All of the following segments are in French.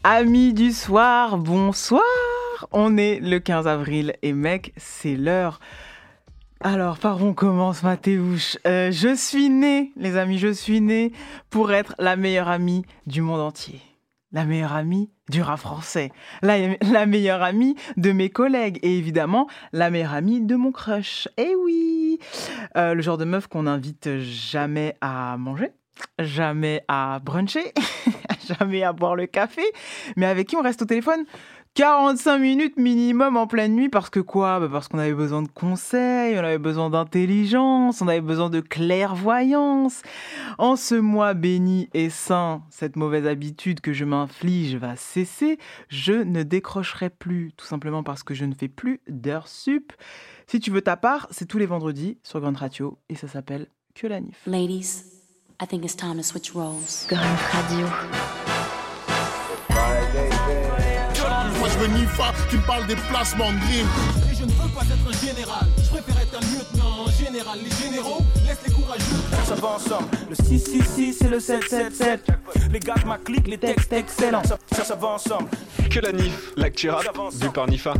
Amis du soir, bonsoir. On est le 15 avril et mec, c'est l'heure. Alors, par où on commence, Mathéouche ? Je suis née, les amis, je suis née pour être la meilleure amie du monde entier. La meilleure amie du rap français. La meilleure amie de mes collègues. Et évidemment, la meilleure amie de mon crush. Eh oui ! Le genre de meuf qu'on n'invite jamais à manger, jamais à bruncher, jamais à boire le café, mais avec qui on reste au téléphone 45 minutes minimum en pleine nuit, parce que quoi ? Parce qu'on avait besoin de conseils, on avait besoin d'intelligence, on avait besoin de clairvoyance. En ce mois béni et saint, cette mauvaise habitude que je m'inflige va cesser. Je ne décrocherai plus, tout simplement parce que je ne fais plus d'heures sup. Si tu veux ta part, c'est tous les vendredis sur Grunt Radio et ça s'appelle Que la Nif. Ladies, I think it's time to switch roles. Grunt Radio. Moi je veux Nifa qui me parle des placements de dream. Et je ne veux pas être un général, je préfère être un lieutenant général. Les généraux laissent les courageux. Ça va ensemble, le 666 et le 777. Les gars de ma clique, les textes excellents. Ça va ensemble. Que la Nif, l'actu rap, vu par Nifa.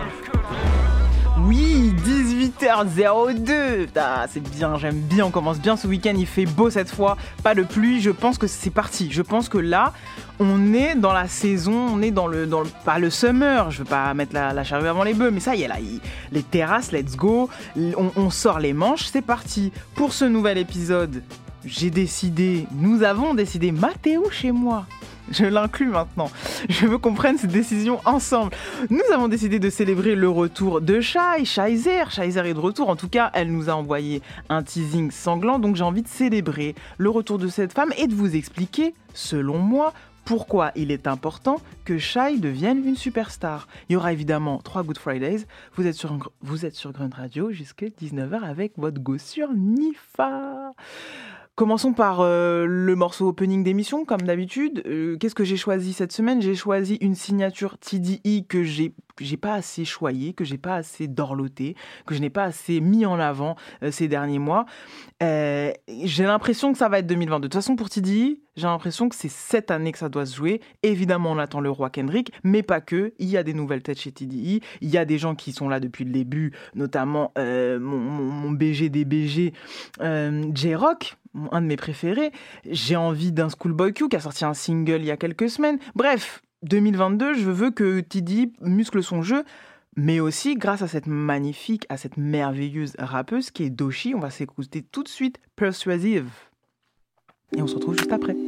Oui, 18h02. Ah, c'est bien, j'aime bien, on commence bien ce week-end, il fait beau cette fois, pas de pluie, je pense que c'est parti. Je pense que là, on est dans la saison, on est dans le pas le summer, je veux pas mettre la charrue avant les bœufs, mais ça y est là, les terrasses, let's go, on sort les manches, c'est parti. Pour ce nouvel épisode, nous avons décidé, Mathéo chez moi, je l'inclus maintenant. Je veux qu'on prenne cette décision ensemble. Nous avons décidé de célébrer le retour de Shaizer. Shaizer est de retour. En tout cas, elle nous a envoyé un teasing sanglant. Donc j'ai envie de célébrer le retour de cette femme et de vous expliquer, selon moi, pourquoi il est important que Shai devienne une superstar. Il y aura évidemment 3 Good Fridays. Vous êtes sur Grunt Radio jusqu'à 19h avec votre go sur Nifa. Commençons par le morceau opening d'émission, comme d'habitude. Qu'est-ce que j'ai choisi cette semaine ? J'ai choisi une signature TDI que j'ai pas assez choyée, que j'ai pas assez dorlotée, que je n'ai pas assez mis en avant ces derniers mois. J'ai l'impression que ça va être 2022. De toute façon, pour TDI, j'ai l'impression que c'est cette année que ça doit se jouer. Évidemment, on attend le roi Kendrick, mais pas que. Il y a des nouvelles têtes chez TDI. Il y a des gens qui sont là depuis le début, notamment mon BG des BG, J-Rock, un de mes préférés. J'ai envie d'un Schoolboy Q qui a sorti un single il y a quelques semaines. Bref, 2022, je veux que TDI muscle son jeu, mais aussi grâce à cette magnifique, à cette merveilleuse rappeuse qui est Doechii. On va s'écouter tout de suite Persuasive. Et on se retrouve juste après.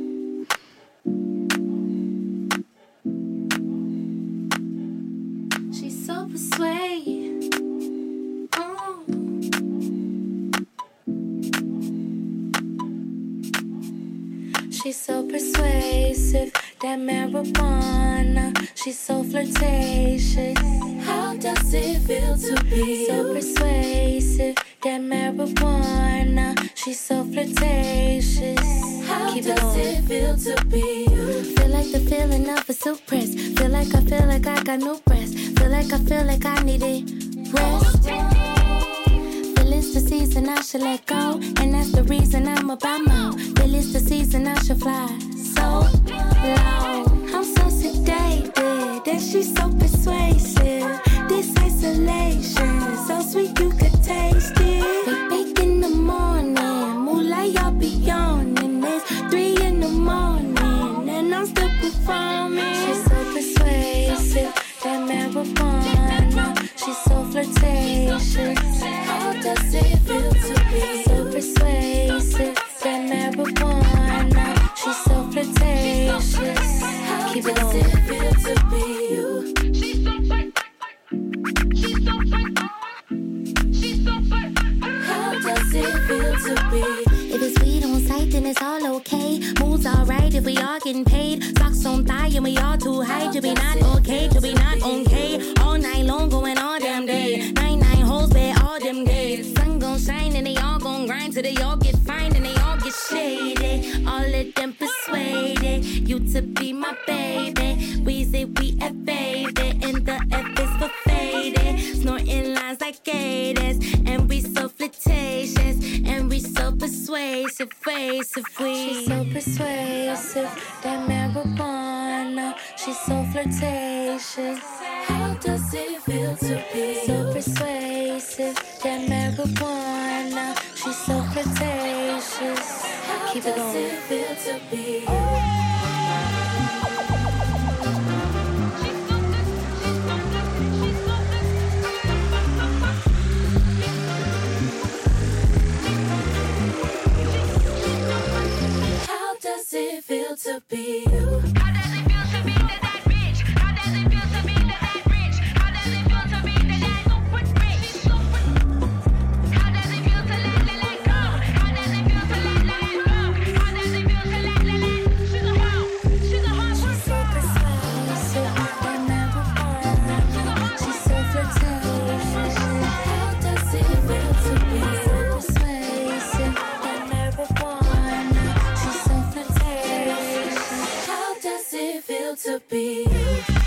She's so persuasive. She's so persuasive, that marijuana. She's so flirtatious. How does it feel to be so persuasive, that marijuana? She's so flirtatious. How does it feel to be you? Feel like the feeling of a suppress. Feel like I got no breath. Feel like I need it rest. It's the season I should let go, and that's the reason I'm about more. Feel it's the season I should fly so low. I'm so sedated, and she's so persuasive. This isolation, so sweet you could taste it. Bake in the morning, moonlight y'all be yawning. It's 3 in the morning, and I'm still performing. She's so persuasive, that marijuana. She's so flirtatious. How does it feel to be so persuasive? That marijuana, she's so flirtatious. How Keep does it feel to be you? She's so fun. She's so fun. She's so fun. How does it feel to be? If it's weed on sight, then it's all okay. Mood's alright if we all getting paid. Socks on thigh and we all too high to be not okay, to be not okay. All night long going all damn day. 99 holes bed all them days. Sun gon' shine and they all gon' grind till they all get fine and they all get shaded. All of them persuaded you to be my baby. We say we have faded and the F is for faded. Snorting lines like gators and we so flirtatious and we so persuasive, She's so persuasive, that marijuana. She's so flirtatious. How does it feel to be so persuasive? That marijuana, she's so flirtatious. Keep it going. How does it feel to be you? How does it feel to be you? How does it feel to be that bitch? How does it feel to be that rich? How does it feel to be that super rich? How does it feel to let go? How does it feel to let go? How does it feel to let she's a hoe. She's a hoe. She's so persuasive, that marijuana. She's so flirtatious. How does it feel to be so persuasive, that marijuana? She's so flirtatious. How does it feel to be you?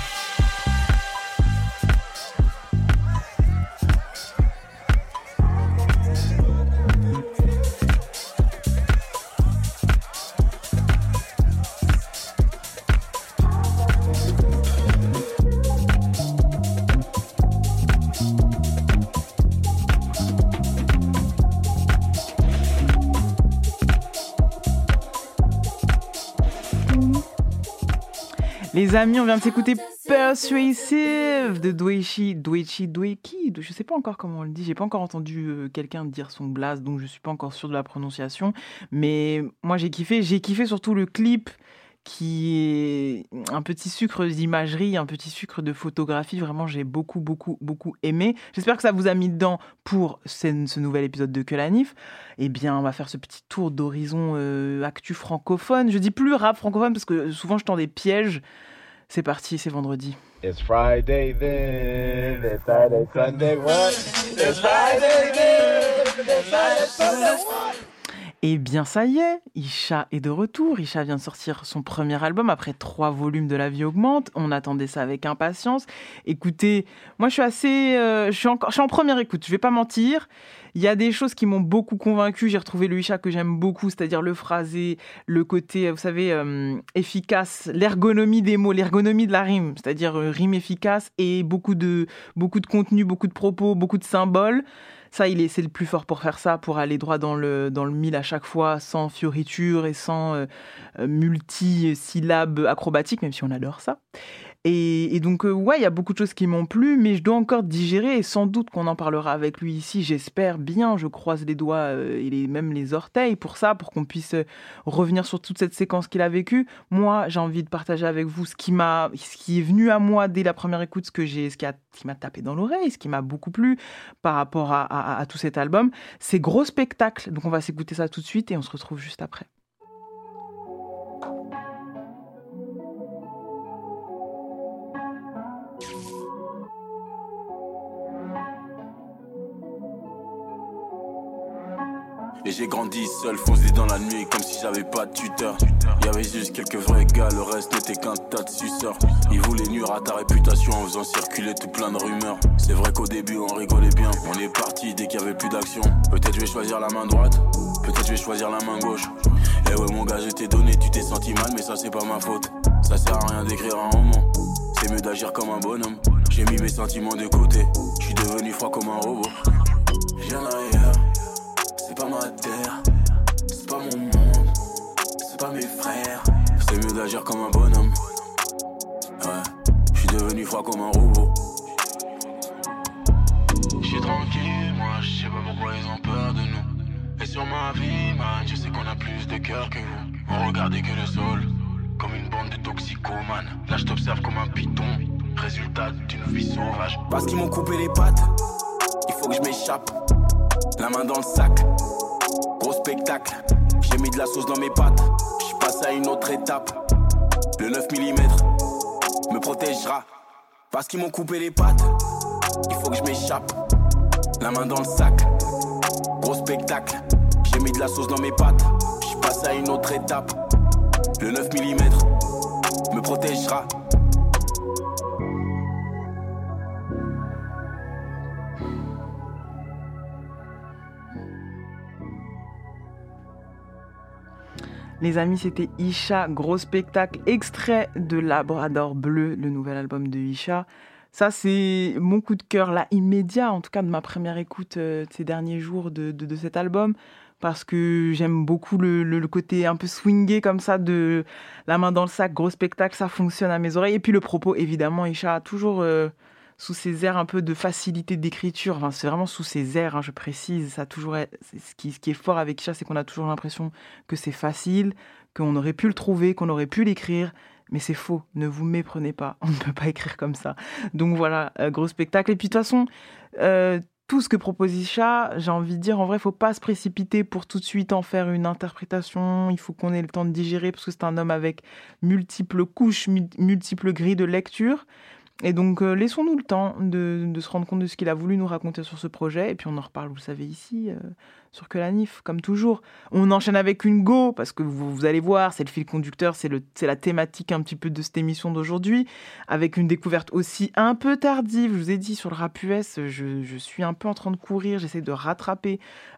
Les amis, on vient de s'écouter Persuasive de Dweiki, je sais pas encore comment on le dit, j'ai pas encore entendu quelqu'un dire son blast, donc je suis pas encore sûre de la prononciation, mais moi j'ai kiffé surtout le clip qui est un petit sucre d'imagerie, un petit sucre de photographie, vraiment j'ai beaucoup aimé. J'espère que ça vous a mis dedans pour ce nouvel épisode de Que la Nif. Eh bien, on va faire ce petit tour d'horizon actu francophone. Je dis plus rap francophone parce que souvent je tends des pièges. C'est parti, c'est vendredi. It's Friday then, it's Saturday, Sunday, what? It's Friday then, it's Saturday, Sunday, what? Eh bien, ça y est, Isha est de retour. Isha vient de sortir son premier album après 3 volumes de La Vie Augmente. On attendait ça avec impatience. Écoutez, moi, je suis en première écoute, je vais pas mentir. Il y a des choses qui m'ont beaucoup convaincue. J'ai retrouvé le Isha que j'aime beaucoup, c'est-à-dire le phrasé, le côté, vous savez, efficace, l'ergonomie des mots, l'ergonomie de la rime, c'est-à-dire rime efficace et beaucoup de contenu, beaucoup de propos, beaucoup de symboles. Ça, c'est le plus fort pour faire ça, pour aller droit dans le mille à chaque fois, sans fioriture et sans multi-syllabes acrobatiques, même si on adore ça. Et donc, ouais, il y a beaucoup de choses qui m'ont plu, mais je dois encore digérer, et sans doute qu'on en parlera avec lui ici, j'espère bien, je croise les doigts et même les orteils pour ça, pour qu'on puisse revenir sur toute cette séquence qu'il a vécue. Moi, j'ai envie de partager avec vous ce qui est venu à moi dès la première écoute, ce qui m'a tapé dans l'oreille, ce qui m'a beaucoup plu par rapport à tout cet album. C'est gros spectacle, donc on va s'écouter ça tout de suite et on se retrouve juste après. Et j'ai grandi seul, foncé dans la nuit comme si j'avais pas de tuteur. Y'avait juste quelques vrais gars, le reste n'était qu'un tas de suceurs. Ils voulaient nuire à ta réputation en faisant circuler tout plein de rumeurs. C'est vrai qu'au début on rigolait bien, on est parti dès qu'il y avait plus d'action. Peut-être je vais choisir la main droite, peut-être je vais choisir la main gauche. Eh ouais mon gars, je t'ai donné, tu t'es senti mal, mais ça c'est pas ma faute. Ça sert à rien d'écrire un roman, c'est mieux d'agir comme un bonhomme. J'ai mis mes sentiments de côté, je suis devenu froid comme un robot. Viens ailleurs. C'est pas ma terre, c'est pas mon monde, c'est pas mes frères. C'est mieux d'agir comme un bonhomme. Ouais, je suis devenu froid comme un robot. Je suis tranquille, moi je sais pas pourquoi ils ont peur de nous. Et sur ma vie, man, je sais qu'on a plus de cœur que vous. On regardait que le sol, comme une bande de toxicomanes. Là je t'observe comme un python, résultat d'une vie sauvage. Parce qu'ils m'ont coupé les pattes, il faut que je m'échappe. La main dans le sac, gros spectacle. J'ai mis de la sauce dans mes pâtes, j'suis passé à une autre étape. Le 9 mm me protégera. Parce qu'ils m'ont coupé les pattes, il faut que je m'échappe. La main dans le sac, gros spectacle. J'ai mis de la sauce dans mes pâtes, j'suis passé à une autre étape. Le 9 mm me protégera. Les amis, c'était Isha, gros spectacle, extrait de Labrador Bleu, le nouvel album de Isha. Ça, c'est mon coup de cœur, là, immédiat, en tout cas de ma première écoute de ces derniers jours de cet album, parce que j'aime beaucoup le côté un peu swingé comme ça, de la main dans le sac, gros spectacle, ça fonctionne à mes oreilles. Et puis le propos, évidemment, Isha a toujours... sous ses airs un peu de facilité d'écriture, enfin, c'est vraiment sous ses airs, hein, je précise, ça a toujours ce qui est fort avec Isha, c'est qu'on a toujours l'impression que c'est facile, qu'on aurait pu le trouver, qu'on aurait pu l'écrire, mais c'est faux, ne vous méprenez pas, on ne peut pas écrire comme ça. Donc voilà, gros spectacle. Et puis de toute façon, tout ce que propose Isha, j'ai envie de dire, en vrai, il ne faut pas se précipiter pour tout de suite en faire une interprétation, il faut qu'on ait le temps de digérer, parce que c'est un homme avec multiples couches, multiples grilles de lecture. Et donc, laissons-nous le temps de se rendre compte de ce qu'il a voulu nous raconter sur ce projet. Et puis, on en reparle, vous le savez, ici, sur Que la Nif, comme toujours. On enchaîne avec une go, parce que vous allez voir, c'est le fil conducteur, c'est la thématique un petit peu de cette émission d'aujourd'hui, avec une découverte aussi un peu tardive. Je vous ai dit, sur le rap US, je suis un peu en train de courir, j'essaie de rattraper,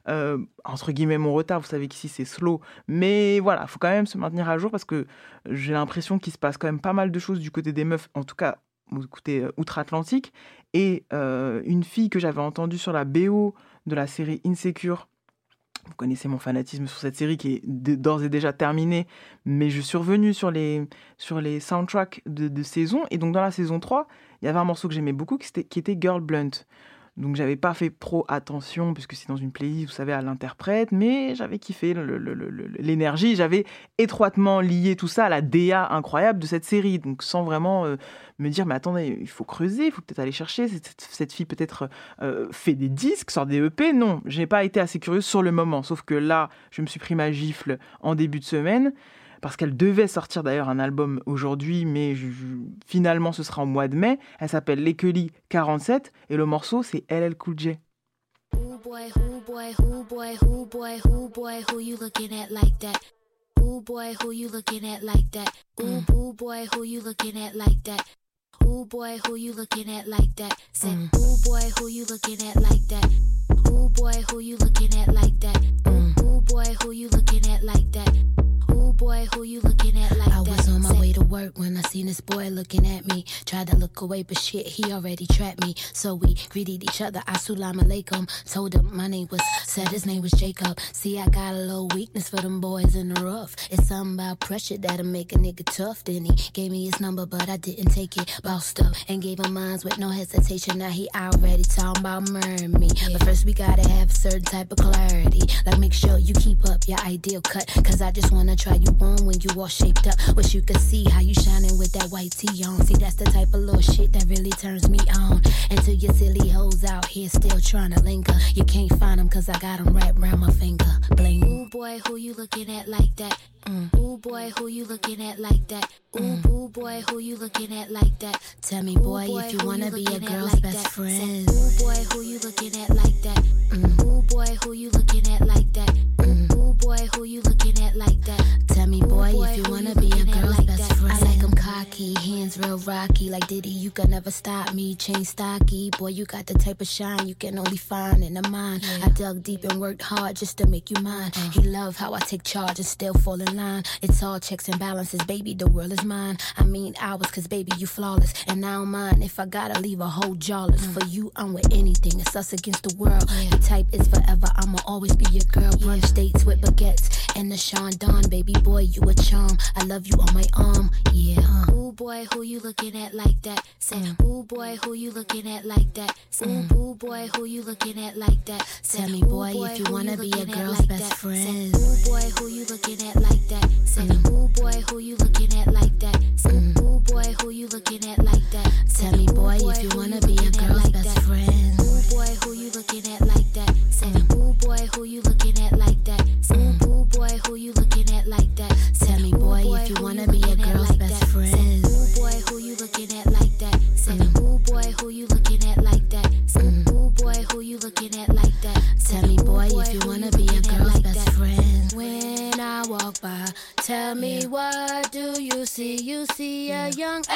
entre guillemets, mon retard. Vous savez qu'ici, c'est slow. Mais voilà, il faut quand même se maintenir à jour, parce que j'ai l'impression qu'il se passe quand même pas mal de choses du côté des meufs, en tout cas, côté outre-Atlantique, et une fille que j'avais entendue sur la BO de la série Insecure. Vous connaissez mon fanatisme sur cette série qui est d'ores et déjà terminée, mais je suis revenue sur les soundtracks de saison, et donc dans la saison 3, il y avait un morceau que j'aimais beaucoup qui était Girl Blunt. Donc j'avais pas fait trop attention, puisque c'est dans une playlist, vous savez, à l'interprète, mais j'avais kiffé l'énergie, j'avais étroitement lié tout ça à la DA incroyable de cette série, donc sans vraiment me dire, mais attendez, il faut creuser, il faut peut-être aller chercher, cette fille peut-être fait des disques, sort des EP, non, je n'ai pas été assez curieuse sur le moment, sauf que là, je me suis pris ma gifle en début de semaine, parce qu'elle devait sortir d'ailleurs un album aujourd'hui, mais finalement ce sera en mois de mai. Elle s'appelle Lekeli 47 et le morceau c'est LL Cool J. Ooh boy, who boy, who boy, who boy, who boy, who you looking at like that? Ooh boy, who you looking at like that? Ooh boy, who you looking at like that? Ooh boy, who you looking at like that? Said, ooh boy, who you looking at like that? Ooh boy, who you looking at like that? Ooh boy, who you looking at like that? Ooh boy, who you looking at like that? I was on my way to work when I seen this boy looking at me. Tried to look away, but shit, he already trapped me. So we greeted each other, assalamu alaikum. Told him my name was, said his name was Jacob. See, I got a little weakness for them boys in the rough. It's something about pressure that'll make a nigga tough. Then he gave me his number, but I didn't take it. Bossed up and gave him mine with no hesitation. Now he already talking about murdering me. But first we gotta have a certain type of clarity. Like make sure you keep up your ideal cut. Cause I just wanna try you on when you all shaped up. Wish you could see how you shining with that white tee on. See, that's the type of little shit that really turns me on. Until your silly hoes out here still trying to linger. You can't find them cause I got them wrapped around my finger. Bling. Ooh boy, who you looking at like that? Ooh boy, who you looking at like that? Ooh boy, who you looking at like that? Tell me boy, if you wanna be a girl's best friend. Ooh boy, who you looking at like that? Ooh boy, who you looking at like that? Ooh boy, who you looking at like that? Tell me boy, if you wanna be a girl's best friend. I like 'em cocky, hands real rocky. Like Diddy, you can never stop me. Chain stocky, boy, you got the type of shine you can only find in a mind. I dug deep and worked hard just to make you mine. He love how I take charge and still fall in line. It's all checks and balances, baby, the world is mine. I mean ours, cause baby, you flawless. And I don't mind if I gotta leave a whole jawless. For you, I'm with anything, it's us against the world. Your type is forever, I'ma always be your girl. Brunch dates with baguettes and the Sean Don, baby boy, you a charm. I love you on my arm, yeah. Ooh boy, who you looking at like that? Say, ooh boy, who you looking at like that? Ooh boy, who you looking at like that? Tell me boy, if you wanna be a girl's best friend. Ooh boy, who you looking at like that? Say, ooh boy, who you looking at like that? Ooh boy, who you looking at like that? Tell me boy, if you wanna be a girl's best friend. Ooh boy, who you looking at like that? Say, ooh boy, who you looking at like that? Ooh boy, who you looking at like that? Tell me boy, if you wanna be a girl's best friend. Ooh boy, who you looking at like that? Say, ooh boy, who you looking at like that? Ooh boy, who you looking at like that? Tell me boy, if you wanna be a girl's best friend. When I walk by, tell me what do you see? You see a young LL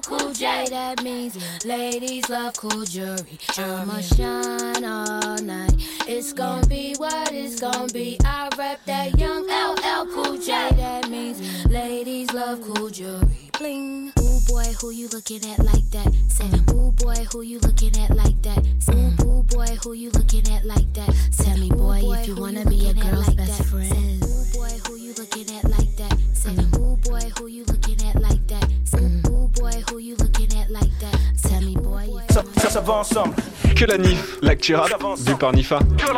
Cool J. That means ladies love cool jewelry. I'ma shine all night. It's gon' be what it's gon' be. I rep that young LL Cool J. That means ladies love cool jewelry. Bling. Ooh boy, who you looking at like that? Say, ooh boy, who you looking at like that? Say, ooh boy, who you looking at like that? Tell me boy, if you wanna be a girl's best friend. Say, ooh boy, who you looking at like that? Say, ooh boy, who you looking at like that? Say, ooh boy, who you looking at like that? Tell me boy, Ça va ensemble. Que la NIF, l'actu rap, vue par Nifa.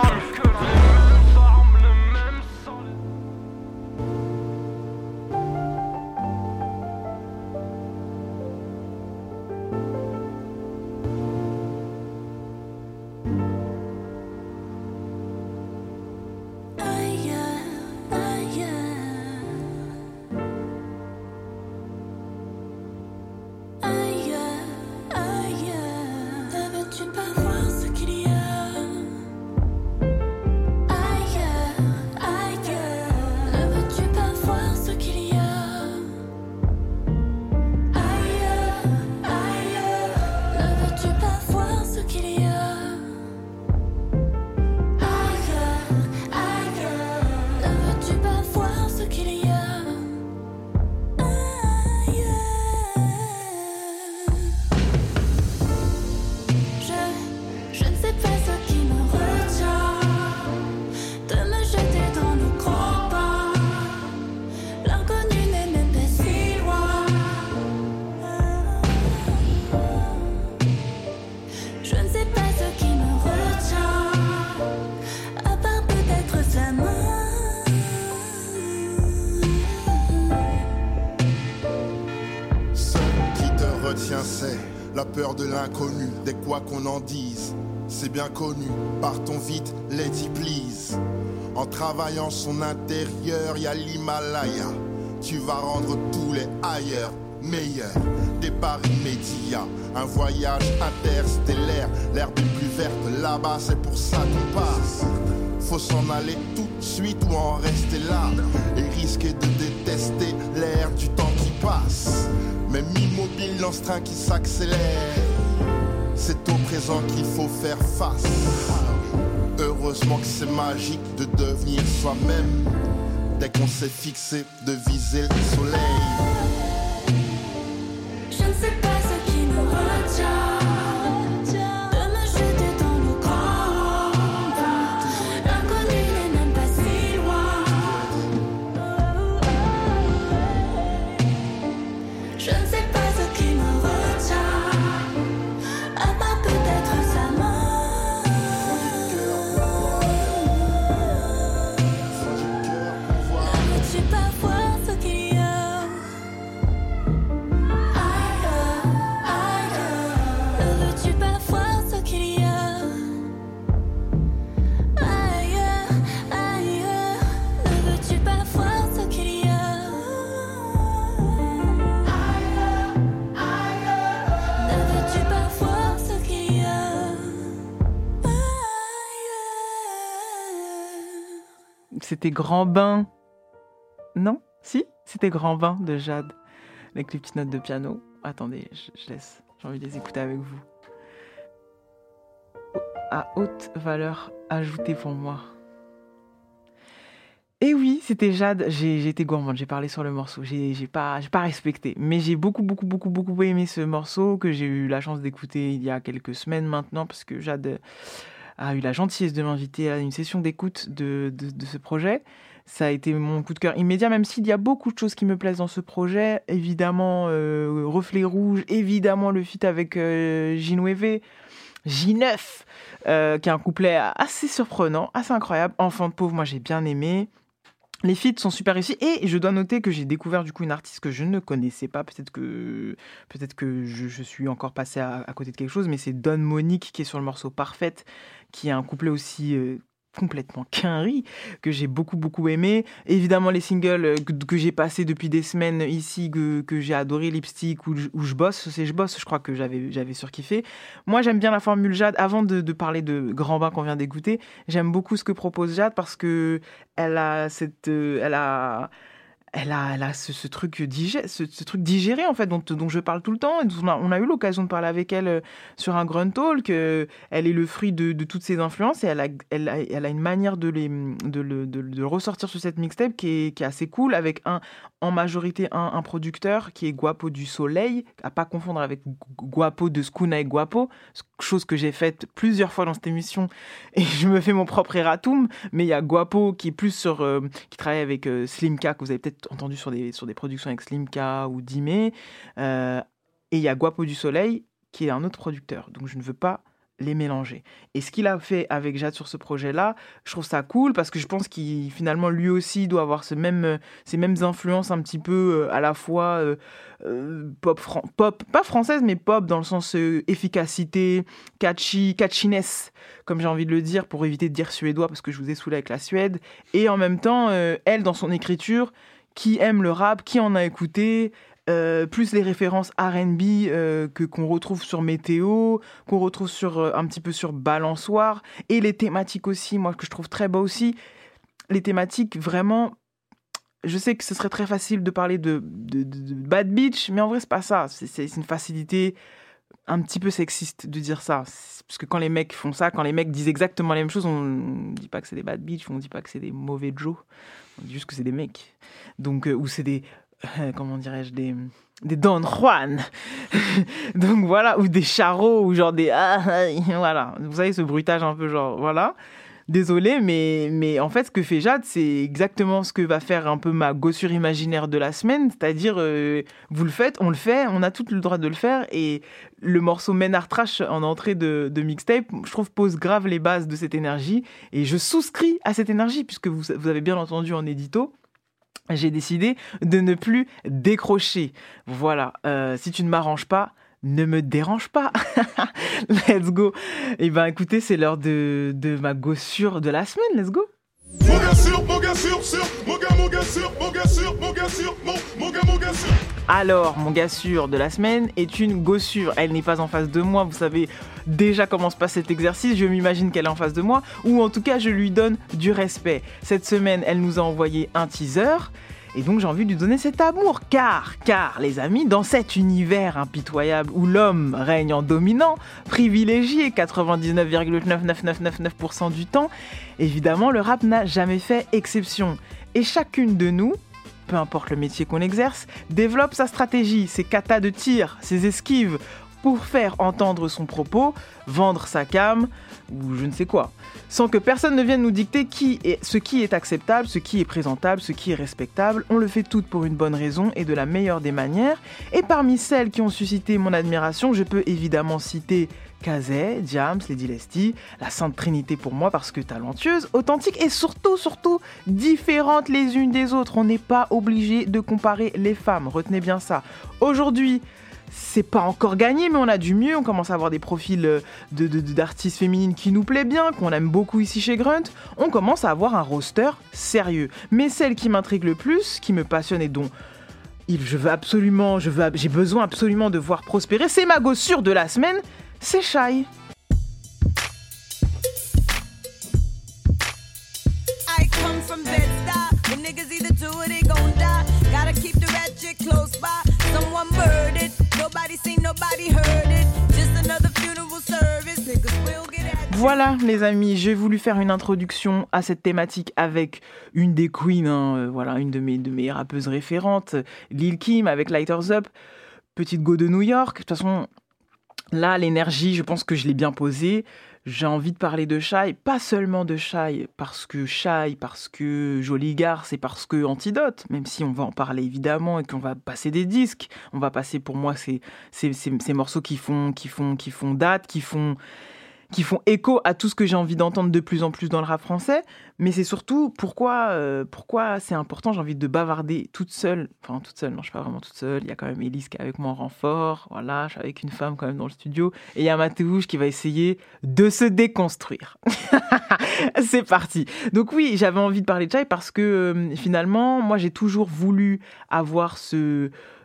C'est la peur de l'inconnu, des quoi qu'on en dise. C'est bien connu, partons vite, lady please. En travaillant son intérieur, y a l'Himalaya. Tu vas rendre tous les ailleurs meilleurs. Départ immédiat, un voyage interstellaire. L'herbe est plus verte là-bas, c'est pour ça qu'on passe. Faut s'en aller tout de suite ou en rester là et risquer de détester l'air du temps qui passe. Même immobile dans ce train qui s'accélère, c'est au présent qu'il faut faire face. Heureusement que c'est magique de devenir soi-même dès qu'on s'est fixé de viser le soleil. Je ne sais pas ce qui me retient. C'était Grand Bain. Non? Si? C'était Grand Bain de Jade. Avec les petites notes de piano. Attendez, je laisse. J'ai envie de les écouter avec vous. À haute valeur ajoutée pour moi. Et oui, c'était Jade. J'ai été gourmande, j'ai parlé sur le morceau. J'ai pas respecté. Mais j'ai beaucoup aimé ce morceau que j'ai eu la chance d'écouter il y a quelques semaines maintenant parce que Jade a eu la gentillesse de m'inviter à une session d'écoute de ce projet. Ça a été mon coup de cœur immédiat, même s'il y a beaucoup de choses qui me plaisent dans ce projet. Évidemment, Reflet Rouge, évidemment le feat avec J9, qui a un couplet assez surprenant, assez incroyable. Enfant de pauvre, moi j'ai bien aimé. Les feats sont super réussis et je dois noter que j'ai découvert du coup une artiste que je ne connaissais pas. Peut-être que je suis encore passée à côté de quelque chose, mais c'est Don Monique qui est sur le morceau Parfaite, qui a un couplet aussi complètement quinri, que j'ai beaucoup aimé. Évidemment, les singles que j'ai passés depuis des semaines ici, que j'ai adoré, Lipstick ou Je bosse, je crois que j'avais surkiffé. Moi, j'aime bien la formule Jade. Avant de parler de Grand Bain qu'on vient d'écouter, j'aime beaucoup ce que propose Jade parce que elle a elle a ce truc digéré en fait dont je parle tout le temps. Et on a eu l'occasion de parler avec elle sur un Grunt Talk. Elle est le fruit de toutes ces influences et elle a une manière de le ressortir sur cette mixtape qui est assez cool, avec en majorité un producteur qui est Guapo du Soleil, à pas confondre avec Guapo de Skuna et Guapo, chose que j'ai faite plusieurs fois dans cette émission et je me fais mon propre erratum. Mais il y a Guapo qui est plus qui travaille avec Slimka, que vous avez peut-être entendu sur des productions avec Slimka ou Dime, et il y a Guapo du Soleil qui est un autre producteur, donc je ne veux pas les mélanger. Et ce qu'il a fait avec Jade sur ce projet-là, je trouve ça cool parce que je pense qu'il finalement lui aussi doit avoir ces mêmes influences un petit peu à la fois pop, pas française mais pop dans le sens efficacité, catchiness, comme j'ai envie de le dire pour éviter de dire suédois parce que je vous ai saoulé avec la Suède, et en même temps elle dans son écriture, qui aime le rap, qui en a écouté, plus les références R&B qu'on retrouve sur Météo, qu'on retrouve un petit peu sur Balançoire, et les thématiques aussi, moi que je trouve très beau aussi, les thématiques vraiment. Je sais que ce serait très facile de parler de bad bitch, mais en vrai c'est pas ça, c'est une facilité un petit peu sexiste de dire ça, parce que quand les mecs font ça, quand les mecs disent exactement la même chose, on dit pas que c'est des bad bitch, on dit pas que c'est des mauvais Joe, on dit juste que c'est des mecs, donc ou c'est des comment dirais-je, des Don Juan. Donc voilà, ou des charros, ou genre des voilà, vous savez ce bruitage un peu genre voilà. Désolé, mais en fait ce que fait Jade, c'est exactement ce que va faire un peu ma gossure imaginaire de la semaine, c'est-à-dire vous le faites, on le fait, on a tout le droit de le faire, et le morceau Men Are Trash en entrée de mixtape, je trouve pose grave les bases de cette énergie, et je souscris à cette énergie puisque vous avez bien entendu en édito. J'ai décidé de ne plus décrocher. Voilà, si tu ne m'arranges pas, ne me dérange pas. Let's go. Et ben écoutez, c'est l'heure de ma gossure de la semaine. Let's go. Mon gars sûr, mon gars sûr, mon gars sûr, mon gars sûr, mon gars sûr, mon gars sûr. Alors, mon gars sûr de la semaine est une gossure. Elle n'est pas en face de moi, vous savez déjà comment se passe cet exercice, je m'imagine qu'elle est en face de moi, ou en tout cas je lui donne du respect. Cette semaine, elle nous a envoyé un teaser, et donc j'ai envie de lui donner cet amour, car les amis, dans cet univers impitoyable où l'homme règne en dominant, privilégié 99,99999% du temps, évidemment le rap n'a jamais fait exception. Et chacune de nous, peu importe le métier qu'on exerce, développe sa stratégie, ses katas de tir, ses esquives, pour faire entendre son propos, vendre sa cam, ou je ne sais quoi, sans que personne ne vienne nous dicter ce qui est acceptable, ce qui est présentable, ce qui est respectable. On le fait toutes pour une bonne raison et de la meilleure des manières. Et parmi celles qui ont suscité mon admiration, je peux évidemment citer Kazé, Diams, Lady Lesty, la Sainte Trinité pour moi parce que talentueuse, authentique et surtout différentes les unes des autres. On n'est pas obligé de comparer les femmes, retenez bien ça. Aujourd'hui, c'est pas encore gagné, mais on a du mieux. On commence à avoir des profils d'artistes féminines qui nous plaît bien, qu'on aime beaucoup ici chez Grunt. On commence à avoir un roster sérieux. Mais celle qui m'intrigue le plus, qui me passionne et dont j'ai besoin absolument de voir prospérer, c'est ma gossure de la semaine, c'est Shai. I come from Bed-Stuy, the niggas either do or they gon' die. Gotta keep the ratchet close by. Someone murdered, nobody seen, nobody heard it. Just another funeral service, niggas will get at you. Voilà les amis, j'ai voulu faire une introduction à cette thématique avec une des queens, voilà, une de mes rappeuses référentes, Lil Kim avec Lighters Up, petite go de New York. De toute façon, là l'énergie, je pense que je l'ai bien posée. J'ai envie de parler de Shai, pas seulement de Shai, parce que Joli Garce et parce que Antidote, même si on va en parler évidemment et qu'on va passer des disques, on va passer pour moi ces morceaux qui font date, qui font écho à tout ce que j'ai envie d'entendre de plus en plus dans le rap français, mais c'est surtout pourquoi c'est important, j'ai envie de bavarder toute seule, non, je suis pas vraiment toute seule, il y a quand même Élise qui est avec moi en renfort, voilà, je suis avec une femme quand même dans le studio, et il y a Mathéouche qui va essayer de se déconstruire. C'est parti. Donc oui, j'avais envie de parler de Shai parce que finalement, moi j'ai toujours voulu avoir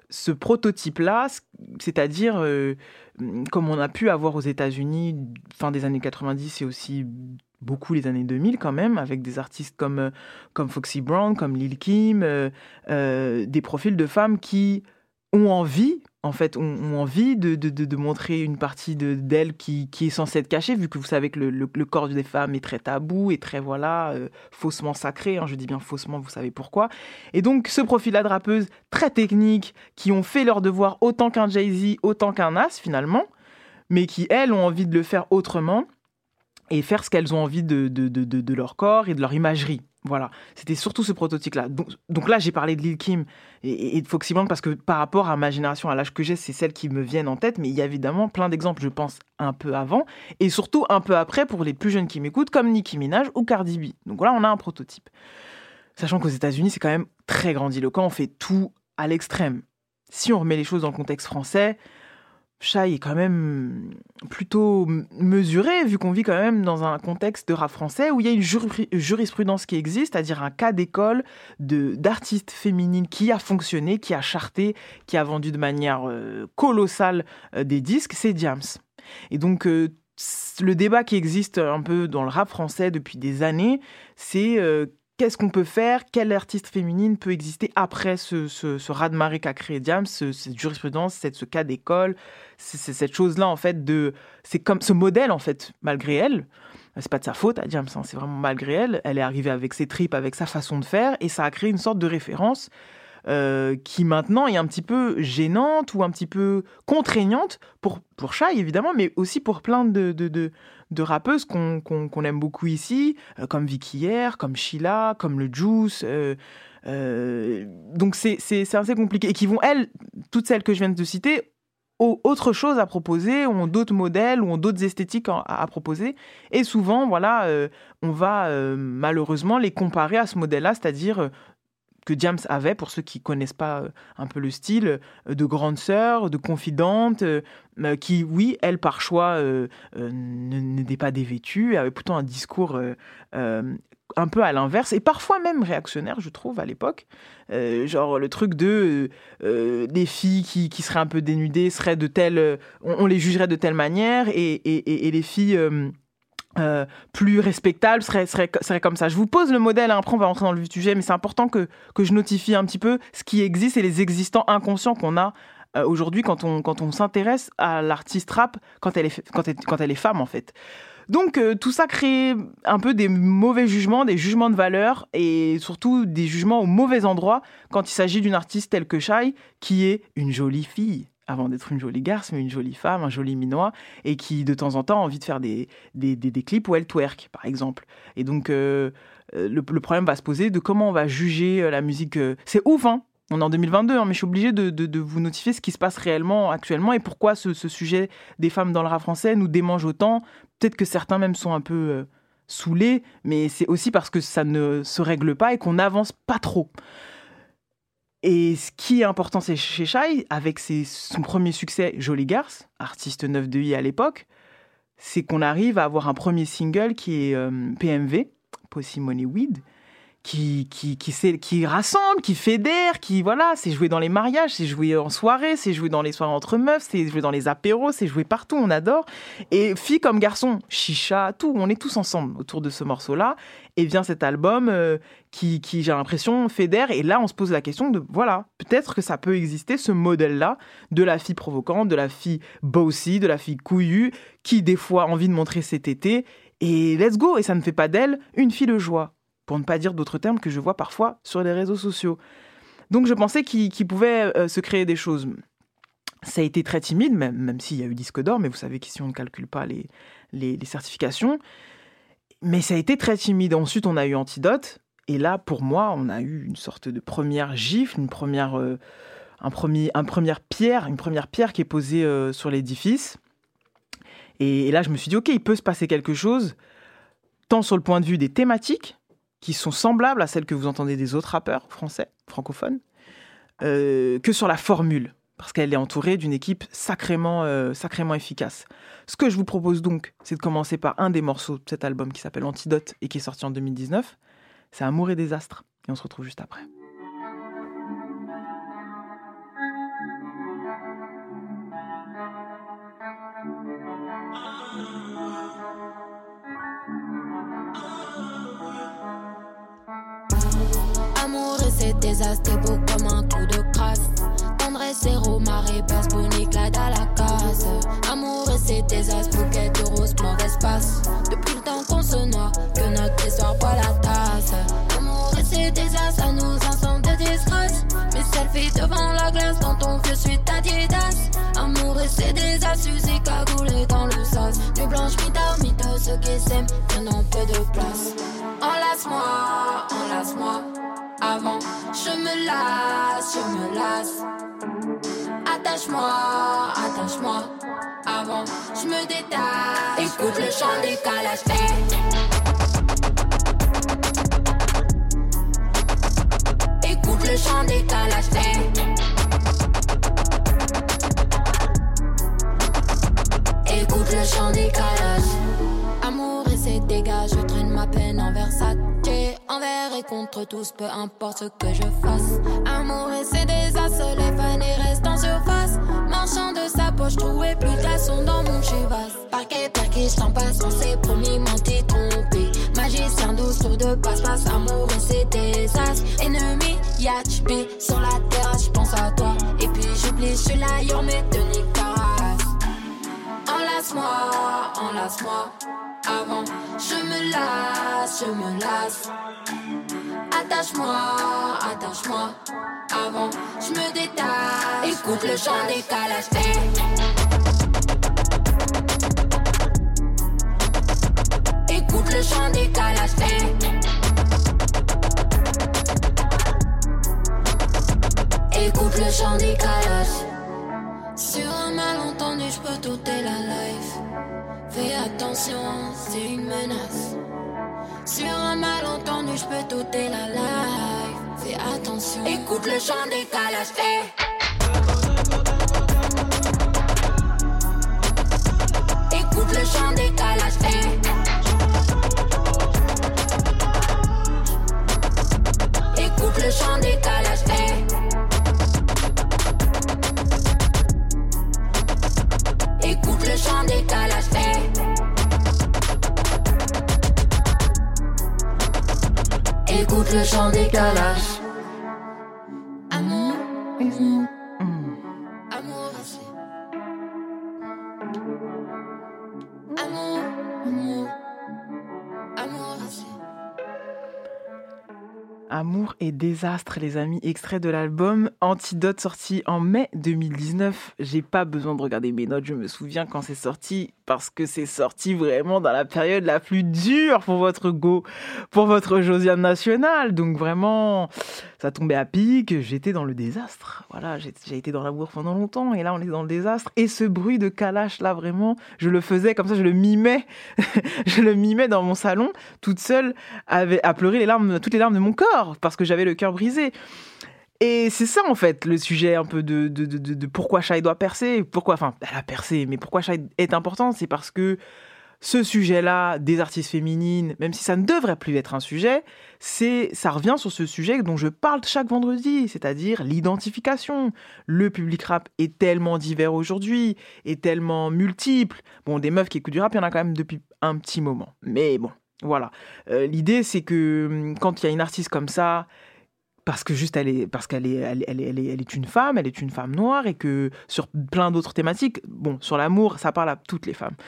ce prototype-là, c'est-à-dire comme on a pu avoir aux États-Unis fin des années 90 et aussi beaucoup les années 2000 quand même, avec des artistes comme Foxy Brown, comme Lil' Kim, des profils de femmes qui ont envie de montrer une partie d'elle qui est censée être cachée, vu que vous savez que le corps des femmes est très tabou et très, faussement sacré, hein, je dis bien faussement, vous savez pourquoi. Et donc, ce profil-là de rappeuses très techniques, qui ont fait leur devoir autant qu'un Jay-Z, autant qu'un Nas, finalement, mais qui, elles, ont envie de le faire autrement et faire ce qu'elles ont envie de leur corps et de leur imagerie. Voilà, c'était surtout ce prototype-là. Donc là, j'ai parlé de Lil' Kim et de Foxy Brown parce que par rapport à ma génération, à l'âge que j'ai, c'est celles qui me viennent en tête, mais il y a évidemment plein d'exemples, je pense, un peu avant et surtout un peu après pour les plus jeunes qui m'écoutent, comme Nicki Minaj ou Cardi B. Donc là, on a un prototype. Sachant qu'aux États-Unis, c'est quand même très grandiloquent, on fait tout à l'extrême. Si on remet les choses dans le contexte français, Shai est quand même plutôt mesuré, vu qu'on vit quand même dans un contexte de rap français où il y a une jurisprudence qui existe, c'est-à-dire un cas d'école d'artistes féminines qui a fonctionné, qui a charté, qui a vendu de manière colossale des disques, c'est Diams. Et donc, le débat qui existe un peu dans le rap français depuis des années, c'est qu'est-ce qu'on peut faire, quelle artiste féminine peut exister après ce raz-de-marée qu'a créé Diams, cette jurisprudence, ce cas d'école, c'est cette chose-là, en fait, c'est comme ce modèle, en fait, malgré elle. C'est pas de sa faute à Diams, hein, c'est vraiment malgré elle. Elle est arrivée avec ses tripes, avec sa façon de faire, et ça a créé une sorte de référence qui maintenant est un petit peu gênante ou un petit peu contraignante pour Shai, évidemment, mais aussi pour plein de rappeuses qu'on aime beaucoup ici, comme Vicky Hier, comme Sheila, comme le Juice. Donc c'est assez compliqué. Et qui vont, toutes celles que je viens de citer, ont autre chose à proposer, ont d'autres modèles, ont d'autres esthétiques à proposer. Et souvent, on va malheureusement les comparer à ce modèle-là, c'est-à-dire que Diams avait, pour ceux qui ne connaissent pas un peu le style, de grande sœur, de confidente, qui, oui, elle, par choix, n'était pas dévêtue, avait plutôt un discours un peu à l'inverse, et parfois même réactionnaire, je trouve, à l'époque. Genre le truc des filles qui seraient un peu dénudées, seraient de telle... on les jugerait de telle manière, et les filles... plus respectable serait comme ça. Je vous pose le modèle, hein, après on va rentrer dans le vif du sujet, mais c'est important que je notifie un petit peu ce qui existe et les existants inconscients qu'on a aujourd'hui quand on s'intéresse à l'artiste rap quand elle est femme, en fait. Donc tout ça crée un peu des mauvais jugements, des jugements de valeur et surtout des jugements au mauvais endroit quand il s'agit d'une artiste telle que Shai, qui est une jolie fille avant d'être une jolie garce, mais une jolie femme, un joli minois, et qui, de temps en temps, a envie de faire des clips où elle twerk, par exemple. Et donc, le problème va se poser de comment on va juger la musique. C'est ouf, hein, on est en 2022, hein, mais je suis obligée de vous notifier ce qui se passe réellement, actuellement, et pourquoi ce sujet des femmes dans le rap français nous démange autant. Peut-être que certains même sont un peu saoulés, mais c'est aussi parce que ça ne se règle pas et qu'on n'avance pas trop. Et ce qui est important, c'est chez Shai, avec son premier succès, Jolie Garce, artiste 9 de I à l'époque, c'est qu'on arrive à avoir un premier single qui est PMV, Pussy Money Weed, qui rassemble, qui fédère, c'est joué dans les mariages, c'est joué en soirée, c'est joué dans les soirées entre meufs, c'est joué dans les apéros, c'est joué partout, on adore. Et filles comme garçons, chicha, tout, on est tous ensemble autour de ce morceau-là. Et vient cet album qui, j'ai l'impression, fédère. Et là, on se pose la question de, peut-être que ça peut exister, ce modèle-là, de la fille provocante, de la fille bossy, de la fille couillue, qui des fois a envie de montrer ses tétés. Et let's go. Et ça ne fait pas d'elle une fille de joie, pour ne pas dire d'autres termes que je vois parfois sur les réseaux sociaux. Donc je pensais qu'il pouvait se créer des choses. Ça a été très timide, même s'il y a eu disque d'or, mais vous savez qu'ici on ne calcule pas les certifications. Mais ça a été très timide. Ensuite, on a eu Antidote. Et là, pour moi, on a eu une sorte de première gifle, une première pierre qui est posée sur l'édifice. Et là, je me suis dit, OK, il peut se passer quelque chose, tant sur le point de vue des thématiques, qui sont semblables à celles que vous entendez des autres rappeurs français, francophones, que sur la formule, parce qu'elle est entourée d'une équipe sacrément efficace. Ce que je vous propose donc, c'est de commencer par un des morceaux de cet album qui s'appelle Antidote et qui est sorti en 2019. C'est Amour et désastre. Et on se retrouve juste après. désastre, t'es beau comme un coup de crasse. Tendresse, zéro, marée basse, bonique, la dalle à casse. Amour et ses désastres, bouquet de roses, mauvaise passe. Depuis le temps qu'on se noie, que notre histoire boit la tasse. Amour et ses désastres, à nous instants de disgrâce. Mes selfies devant la glace, dans ton vieux suite Adidas. Amour et ses désastres, usés cagoulés dans le sas. Nuit blanche, mytho, ceux qui s'aiment, y'en ont peu de place. Enlace-moi, avant, je me lasse. Attache-moi, avant, je me détache. Écoute le chant des calages, Écoute le chant des calages, Écoute le chant des calages. Amour et ses dégâts, je traîne ma peine en Versace. Envers et contre tous, peu importe ce que je fasse. Amour et ses désastres, les fanés restent en surface. Marchand de sa poche, trouvé plus de glaçons dans mon chivas. Parquet, perquis, je t'en passe, on s'est promis, menti, trompé. Magicien douce, tour de passe-passe, amour et ses désastres. Ennemi, yatch, sur la terrasse, je pense à toi. Et puis j'oublie, je suis là, y'en met de Nicaras. Enlace-moi, avant, je me lasse. Attache-moi, avant, je me détache. Écoute le chant des calages, Écoute le chant des calages, Écoute le chant des calages. Sur un malentendu, je peux t'ôter la life. Fais attention, c'est une menace. Sur un malentendu, je peux t'ôter la life. Fais attention. Écoute le chant des calages, Écoute le chant des calages, Écoute le chant des calages, Écoute le chant des calages, Écoute le chant des calages. Amour, amour, Amour et désastre, les amis, extrait de l'album Antidote sorti en mai 2019. J'ai pas besoin de regarder mes notes, je me souviens quand c'est sorti, parce que c'est sorti vraiment dans la période la plus dure pour votre Josiane nationale. Donc vraiment, ça tombait à pic, j'étais dans le désastre. Voilà, j'ai été dans l'amour pendant longtemps et là on est dans le désastre. Et ce bruit de calache là, vraiment, je le faisais comme ça, je le mimais. Je le mimais dans mon salon, toute seule, à pleurer toutes les larmes de mon corps, parce que j'avais le cœur brisé. Et c'est ça, en fait, le sujet un peu de pourquoi Shai doit percer. Elle a percé, mais pourquoi Shai est important, c'est parce que ce sujet-là, des artistes féminines, même si ça ne devrait plus être un sujet, ça revient sur ce sujet dont je parle chaque vendredi, c'est-à-dire l'identification. Le public rap est tellement divers aujourd'hui, est tellement multiple. Bon, des meufs qui écoutent du rap, il y en a quand même depuis un petit moment. Mais bon, voilà. L'idée, c'est que quand il y a une artiste comme ça, parce qu'elle est une femme noire, et que sur plein d'autres thématiques, bon, sur l'amour, ça parle à toutes les femmes,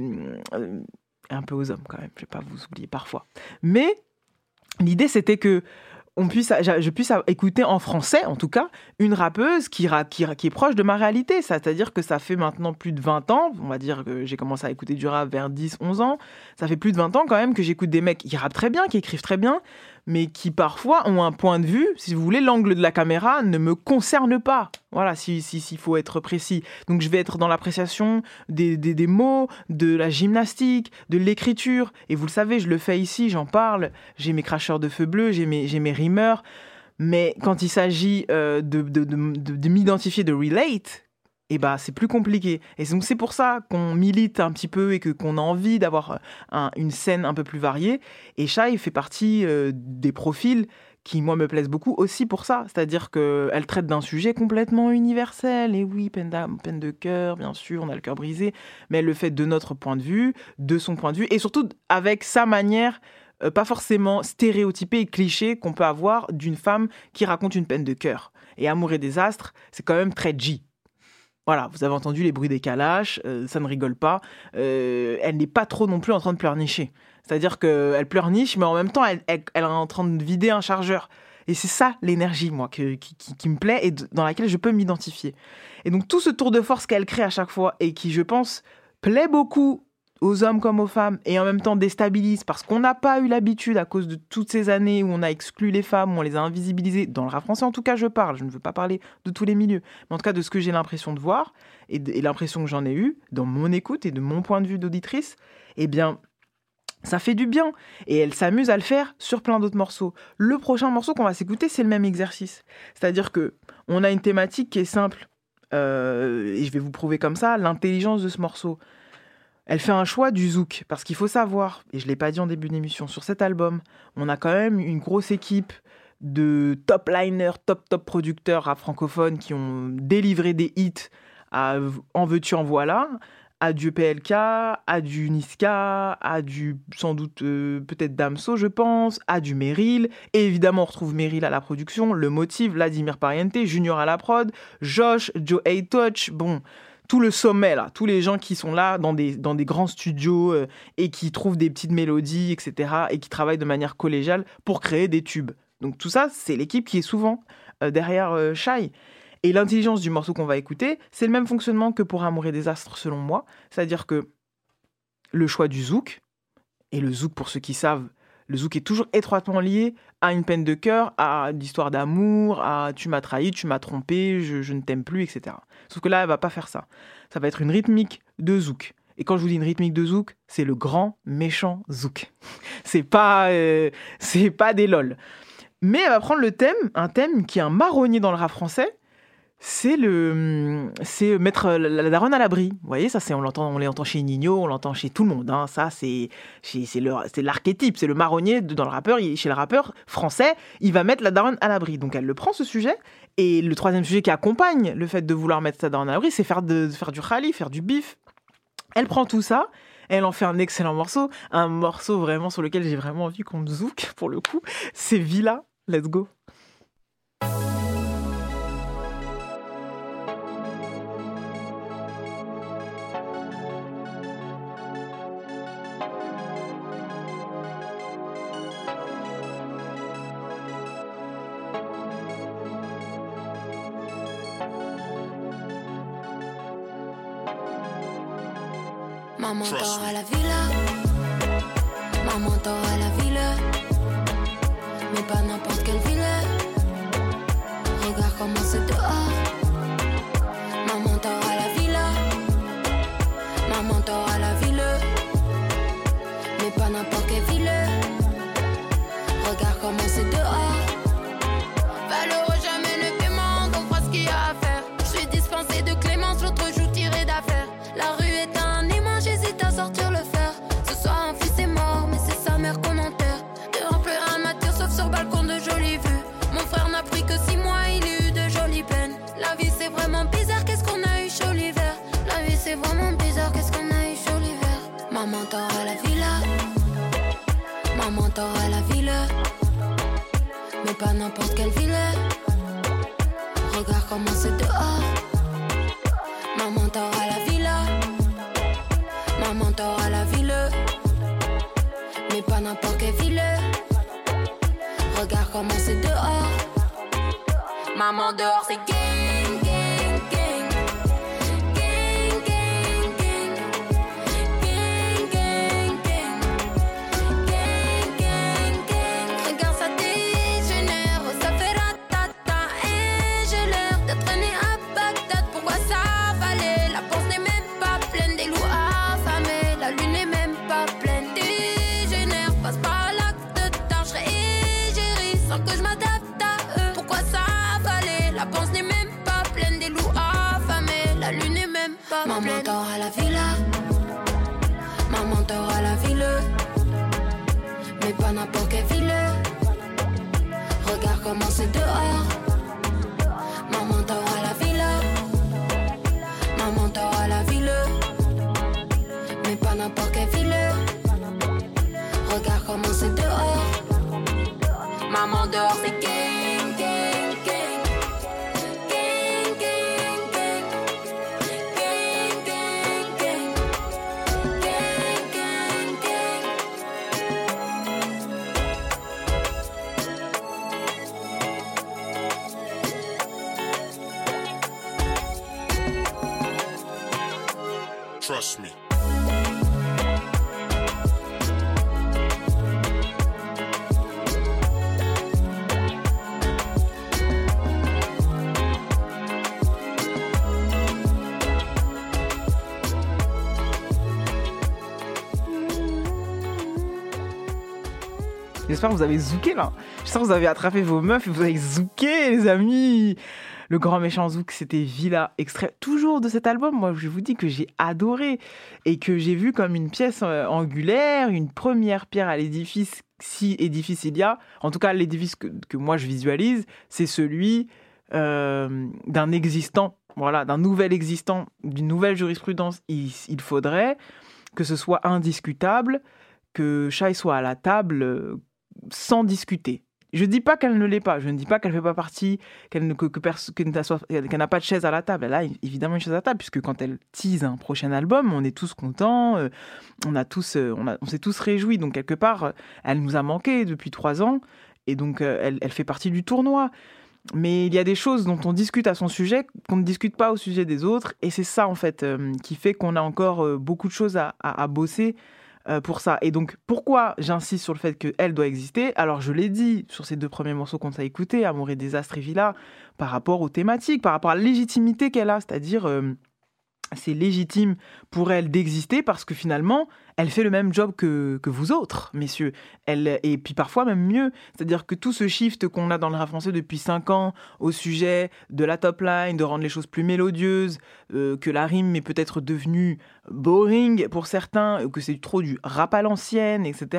un peu aux hommes quand même, je vais pas vous oublier parfois. Mais l'idée, c'était que je puisse écouter en français, en tout cas, une rappeuse qui est proche de ma réalité. C'est-à-dire que ça fait maintenant plus de 20 ans, on va dire que j'ai commencé à écouter du rap vers 10-11 ans, ça fait plus de 20 ans quand même que j'écoute des mecs qui rappent très bien, qui écrivent très bien, mais qui parfois ont un point de vue, si vous voulez, l'angle de la caméra ne me concerne pas. Voilà, s'il faut être précis. Donc je vais être dans l'appréciation des mots, de la gymnastique, de l'écriture. Et vous le savez, je le fais ici, j'en parle. J'ai mes cracheurs de feu bleu, j'ai mes rimeurs. Mais quand il s'agit de m'identifier, de relate, c'est plus compliqué. Et donc c'est pour ça qu'on milite un petit peu et qu'on a envie d'avoir une scène un peu plus variée. Et Shai fait partie des profils qui, moi, me plaisent beaucoup aussi pour ça. C'est-à-dire qu'elle traite d'un sujet complètement universel. Et oui, peine de cœur, bien sûr, on a le cœur brisé. Mais elle le fait de notre point de vue, de son point de vue, et surtout avec sa manière pas forcément stéréotypé et cliché qu'on peut avoir d'une femme qui raconte une peine de cœur. Et Amour et désastre, c'est quand même très G. Voilà, vous avez entendu les bruits des calaches, ça ne rigole pas. Elle n'est pas trop non plus en train de pleurnicher. C'est-à-dire qu'elle pleurniche, mais en même temps, elle est en train de vider un chargeur. Et c'est ça l'énergie, moi, qui me plaît et dans laquelle je peux m'identifier. Et donc tout ce tour de force qu'elle crée à chaque fois et qui, je pense, plaît beaucoup aux hommes comme aux femmes et en même temps déstabilise parce qu'on n'a pas eu l'habitude à cause de toutes ces années où on a exclu les femmes, où on les a invisibilisées. Dans le rap français, en tout cas, je parle. Je ne veux pas parler de tous les milieux. Mais en tout cas, de ce que j'ai l'impression de voir et l'impression que j'en ai eue dans mon écoute et de mon point de vue d'auditrice, eh bien, ça fait du bien. Et elle s'amuse à le faire sur plein d'autres morceaux. Le prochain morceau qu'on va s'écouter, c'est le même exercice. C'est-à-dire qu'on a une thématique qui est simple. Et je vais vous prouver comme ça l'intelligence de ce morceau. Elle fait un choix du zouk, parce qu'il faut savoir, et je ne l'ai pas dit en début d'émission, sur cet album, on a quand même une grosse équipe de top liners, top producteurs rap francophones qui ont délivré des hits à En veux-tu, en voilà, à du PLK, à du Niska, à du sans doute peut-être Damso, je pense, à du Meryl, et évidemment on retrouve Meryl à la production, Le Motif, Vladimir Pariente, Junior à la prod, Josh, Joe A-Touch, bon... Tout le sommet, là, tous les gens qui sont là dans des grands studios et qui trouvent des petites mélodies, etc., et qui travaillent de manière collégiale pour créer des tubes. Donc tout ça, c'est l'équipe qui est souvent derrière Shai. Et l'intelligence du morceau qu'on va écouter, c'est le même fonctionnement que pour Amour et désastre, selon moi. C'est-à-dire que le choix du zouk, et le zouk, pour ceux qui savent, le zouk est toujours étroitement lié à une peine de cœur, à l'histoire d'amour, à tu m'as trahi, tu m'as trompé, je ne t'aime plus, etc. Sauf que là, elle va pas faire ça. Ça va être une rythmique de zouk. Et quand je vous dis une rythmique de zouk, c'est le grand méchant zouk. C'est pas des lol. Mais elle va prendre un thème qui est un marronnier dans le rap français, c'est mettre la daronne à l'abri. Vous voyez, ça, on l'entend chez Nino, on l'entend chez tout le monde. Hein. Ça, c'est l'archétype, c'est le marronnier dans le rappeur. Chez le rappeur français, il va mettre la daronne à l'abri. Donc, elle le prend, ce sujet. Et le troisième sujet qui accompagne le fait de vouloir mettre sa daronne à l'abri, c'est faire du khali, faire du bif. Elle prend tout ça, elle en fait un excellent morceau. Un morceau vraiment sur lequel j'ai vraiment envie qu'on me zouk, pour le coup. C'est Villa. Let's go. Maman t'aura la villa, maman t'aura la villa, mais pas n'importe quelle villa. Regarde comment c'est dehors. Maman t'aura la villa, maman t'aura la villa, mais pas n'importe quelle villa. Regarde comment c'est dehors. Valeureux jamais le paiement, qu'on fera ce qu'il y a à faire. Je suis dispensé de clémence, l'autre joue tiré d'affaire. La rue est un aimant, j'hésite à sortir le fer. Ce soir un fils est mort, mais c'est sa mère qu'on enterre. Dehors plus rien m'attire sauf sur balcon de jolies vues. Mon frère n'a pris que 6 mois, il a eu de jolies peines. La vie c'est vraiment bizarre, qu'est-ce qu'on a eu chaud l'hiver. La vie c'est vraiment bizarre, qu'est-ce qu'on a eu chaud l'hiver. Maman t'aura la villa, maman t'aura la villa, mais pas n'importe quelle villa. Regarde comment c'est dehors. Maman t'aura la villa, maman t'aura la villa, mais pas n'importe quelle villa. Regarde comment c'est dehors. Maman dehors c'est gang, gang, gang. Gang, gang, gang. Gang, gang, gang. Gang, gang, gang. Regarde ça dégénère, ça fait ratata. Et j'ai l'air d'être né à Bagdad. Pourquoi ça valait? La bourse n'est même pas pleine, des loups affamés. La lune n'est même pas pleine. Dégénère, passe par l'acte tard. Je serai égérie sans que je m'adapte à eux. Pourquoi ça valait? La bourse n'est même pas pleine, des loups affamés. La lune n'est même pas pleine. Maman t'aura la villa, maman t'aura la villa, mais pas n'importe quelle villa. Regarde comment c'est dehors. Maman t'aura la villa, maman t'aura la villa, mais pas n'importe quelle villa. Regarde comment c'est dehors. trust me. J'espère que vous avez zouké là. J'espère que vous avez attrapé vos meufs et vous avez zouké, les amis. Le grand méchant zouk, c'était Villa, extrait toujours de cet album. Moi, je vous dis que j'ai adoré et que j'ai vu comme une pièce angulaire, une première pierre à l'édifice, si édifice il y a. En tout cas, l'édifice que moi je visualise, c'est celui d'un existant, voilà, d'un nouvel existant, d'une nouvelle jurisprudence. Il faudrait que ce soit indiscutable, que Shai soit à la table sans discuter. Je ne dis pas qu'elle ne l'est pas, je ne dis pas qu'elle ne fait pas partie, qu'elle n'a pas de chaise à la table. Elle a évidemment une chaise à la table, puisque quand elle tease un prochain album, on est tous contents, on s'est tous réjouis. Donc quelque part, elle nous a manqué depuis 3 ans, et donc elle fait partie du tournoi. Mais il y a des choses dont on discute à son sujet, qu'on ne discute pas au sujet des autres, et c'est ça en fait qui fait qu'on a encore beaucoup de choses à bosser pour ça. Et donc, pourquoi j'insiste sur le fait qu'elle doit exister ? Alors, je l'ai dit sur ces 2 premiers morceaux qu'on t'a écoutés, Amour et désastre et Villa, par rapport aux thématiques, par rapport à la légitimité qu'elle a, c'est-à-dire c'est légitime pour elle d'exister parce que finalement, elle fait le même job que vous autres, messieurs. Et puis parfois même mieux. C'est-à-dire que tout ce shift qu'on a dans le rap français depuis 5 ans au sujet de la top line, de rendre les choses plus mélodieuses, que la rime est peut-être devenue boring pour certains, que c'est trop du rap à l'ancienne, etc.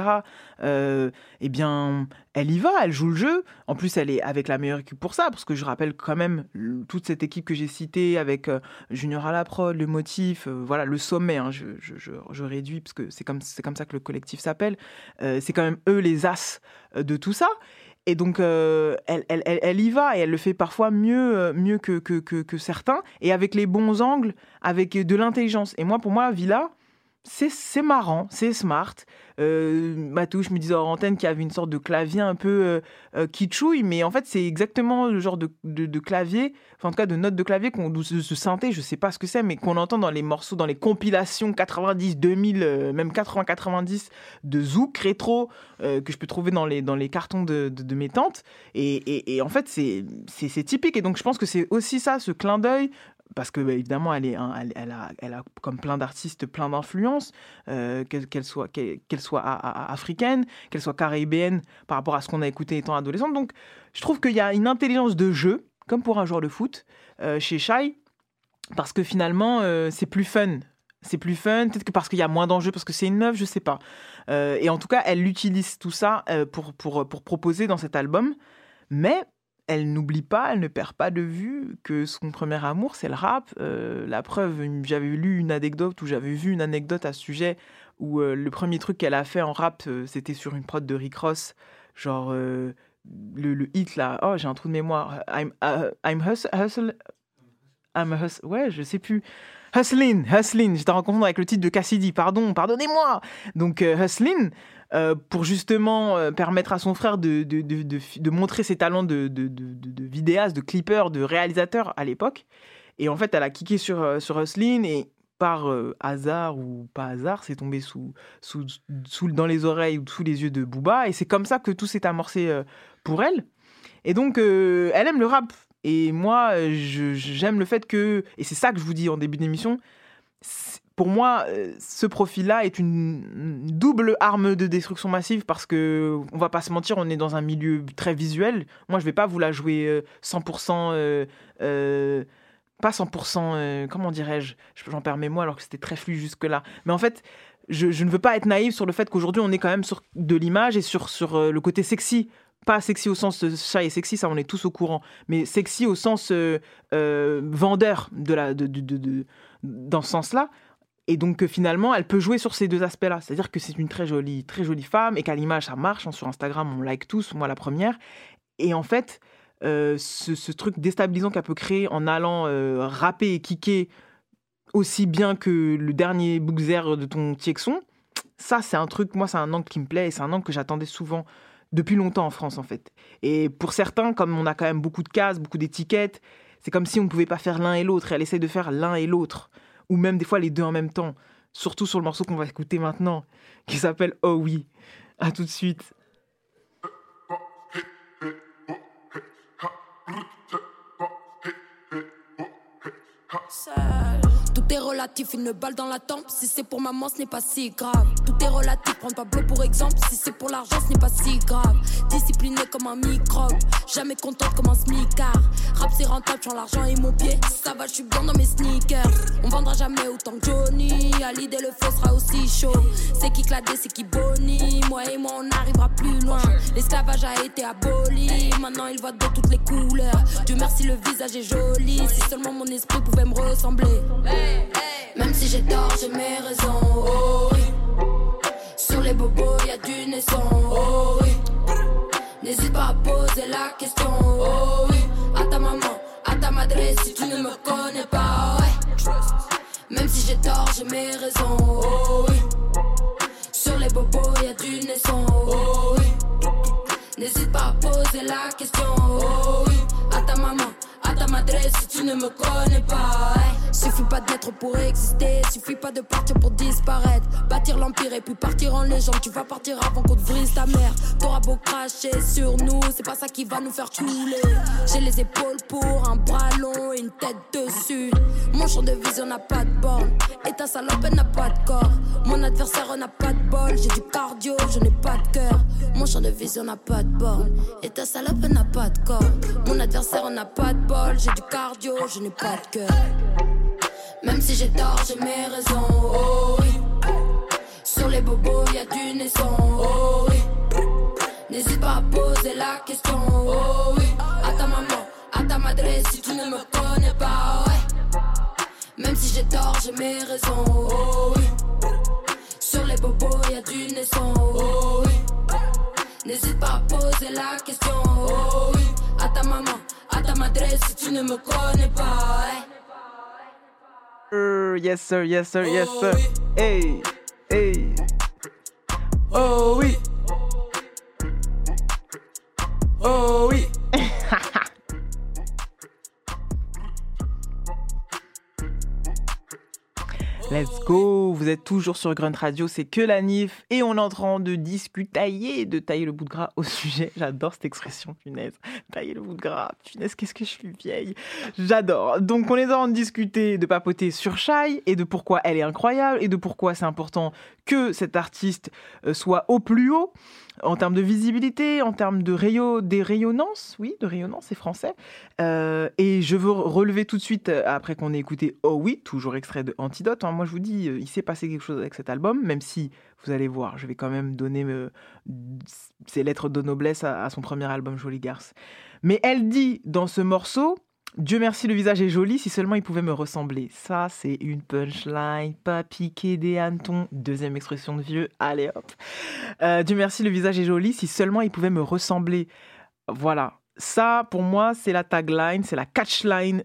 Eh bien, elle y va, elle joue le jeu. En plus, elle est avec la meilleure équipe pour ça, parce que je rappelle quand même toute cette équipe que j'ai citée avec Junior à la prod, le motif, voilà, le sommet, hein, je réduis, parce que c'est comme ça que le collectif s'appelle. C'est quand même eux les as de tout ça. Et donc, elle y va, et elle le fait parfois mieux que certains, et avec les bons angles, avec de l'intelligence. Et pour moi, Villa, c'est marrant, c'est smart. Matouche me disait hors antenne qu'il y avait une sorte de clavier un peu kitschouille, mais en fait c'est exactement le genre de clavier, enfin en tout cas de notes de clavier, de synthé, je sais pas ce que c'est, mais qu'on entend dans les morceaux, dans les compilations 90, 2000, même 80-90 de zouk rétro que je peux trouver dans les cartons de mes tantes. Et en fait c'est typique, et donc je pense que c'est aussi ça, ce clin d'œil. Parce que évidemment, elle a comme plein d'artistes, plein d'influences, qu'elle soit africaine, qu'elle soit caribéenne, par rapport à ce qu'on a écouté étant adolescente. Donc, je trouve qu'il y a une intelligence de jeu, comme pour un joueur de foot, chez Shai, parce que finalement, c'est plus fun. C'est plus fun, peut-être que parce qu'il y a moins d'enjeux, parce que c'est une meuf, je sais pas. Et en tout cas, elle utilise tout ça pour proposer dans cet album, mais elle n'oublie pas, elle ne perd pas de vue que son premier amour, c'est le rap. La preuve, j'avais lu une anecdote, ou j'avais vu une anecdote à ce sujet, où le premier truc qu'elle a fait en rap, c'était sur une prod de Rick Ross, genre le hit là, oh j'ai un trou de mémoire, ouais, je sais plus. Hustlin', j'étais en confondre avec le titre de Cassidy, pardonnez-moi. Donc Hustlin', pour justement permettre à son frère de montrer ses talents de vidéaste, de clipper, de réalisateur à l'époque. Et en fait, elle a kické sur Hustlin', et par hasard ou pas hasard, c'est tombé dans les oreilles ou sous les yeux de Booba. Et c'est comme ça que tout s'est amorcé pour elle. Et donc, elle aime le rap. Et moi, j'aime le fait que, et c'est ça que je vous dis en début d'émission, pour moi, ce profil-là est une double arme de destruction massive, parce que, on va pas se mentir, on est dans un milieu très visuel. Moi, je vais pas vous la jouer 100%, pas 100%, comment dirais-je, j'en perds mes mots alors que c'était très fluide jusque-là. Mais en fait, je ne veux pas être naïf sur le fait qu'aujourd'hui, on est quand même sur de l'image et sur le côté sexy. Pas sexy au sens Shai et sexy, ça on est tous au courant, mais sexy au sens vendeur dans ce sens-là. Et donc finalement, elle peut jouer sur ces 2 aspects-là. C'est-à-dire que c'est une très jolie femme, et qu'à l'image, ça marche. Sur Instagram, on like tous, moi la première. Et en fait, ce truc déstabilisant qu'elle peut créer en allant rapper et kicker aussi bien que le dernier Bookzer de ton Tiexon, ça c'est un truc, moi c'est un angle qui me plaît, et c'est un angle que j'attendais souvent depuis longtemps en France en fait. Et pour certains, comme on a quand même beaucoup de cases, beaucoup d'étiquettes, c'est comme si on ne pouvait pas faire l'un et l'autre, et elle essaie de faire l'un et l'autre. ou même des fois les deux en même temps, surtout sur le morceau qu'on va écouter maintenant, qui s'appelle Oh Oui. À tout de suite. Tout est relatif, une balle dans la tempe. Si c'est pour maman, ce n'est pas si grave. Tout est relatif, prends Pablo pour exemple. Si c'est pour l'argent, ce n'est pas si grave. Discipliné comme un microbe, jamais contente comme un smicard. Rap c'est rentable, j'en l'argent et mon pied. Si ça va, je suis bien dans mes sneakers. On vendra jamais autant que Johnny. À l'idée, le feu sera aussi chaud. C'est qui Cladé, c'est qui Bonnie. Moi et moi, on arrivera plus loin. L'esclavage a été aboli. Maintenant, il voit de toutes les couleurs. Dieu merci, le visage est joli. Si seulement mon esprit pouvait me ressembler. Même si j'ai tort, j'ai mes raisons, oh oui. Sur les bobos, y'a du naissant, oh oui. N'hésite pas à poser la question, oh oui. À ta maman, à ta madre, si tu ne me connais pas, ouais. Même si j'ai tort, j'ai mes raisons, oh oui. Sur les bobos, y'a du naissant, oh oui. N'hésite pas à poser la question, oh oui. À ta maman, à ta madre, si tu ne me connais pas, ouais. Suffit pas d'être pour exister, suffit pas de partir pour disparaître. Bâtir l'empire et puis partir en légende. Tu vas partir avant qu'on te brise ta mère. T'auras beau cracher sur nous, c'est pas ça qui va nous faire couler. J'ai les épaules pour un bras long et une tête dessus. Mon champ de vision n'a pas de borne et ta salope elle n'a pas de corps. Mon adversaire n'a pas de bol, j'ai du cardio, je n'ai pas de cœur. Mon champ de vision n'a pas de borne et ta salope elle n'a pas de corps. Mon adversaire n'a pas de bol, j'ai du cardio, je n'ai pas de cœur. Même si j'ai tort, j'ai mes raisons, oh oui. Sur les bobos, y'a du naissant, oh oui. N'hésite pas à poser la question, oh oui. À ta maman, à ta madre, si tu ne me connais pas, ouais. Même si j'ai tort, j'ai mes raisons, oh oui. Sur les bobos, y'a du naissant, oh oui. N'hésite pas à poser la question, oh oui. À ta maman, à ta madre, si tu ne me connais pas, ouais. Yes sir, yes sir, yes sir. Hey, hey. Oh oui. Oh oui. Let's go, vous êtes toujours sur Grunt Radio, c'est que la NIF et on est en train de discutailler, de tailler le bout de gras au sujet. J'adore cette expression, punaise. Tailler le bout de gras, punaise, qu'est-ce que je suis vieille. J'adore. Donc on est en train de discuter, de papoter sur Shai et de pourquoi elle est incroyable et de pourquoi c'est important que cet artiste soit au plus haut en termes de visibilité, en termes de rayonnance, oui, de rayonnance, c'est français. Et je veux relever tout de suite, après qu'on ait écouté Oh oui, toujours extrait de Antidote. Hein, moi, je vous dis, il s'est passé quelque chose avec cet album, même si, vous allez voir, je vais quand même donner ses lettres de noblesse à son premier album, Jolie Garce. Mais elle dit dans ce morceau, Dieu merci, le visage est joli, si seulement il pouvait me ressembler. Ça, c'est une punchline, pas piquer des hannetons. Deuxième expression de vieux, allez hop. Dieu merci, le visage est joli, si seulement il pouvait me ressembler. Voilà. Ça, pour moi, c'est la tagline, c'est la catchline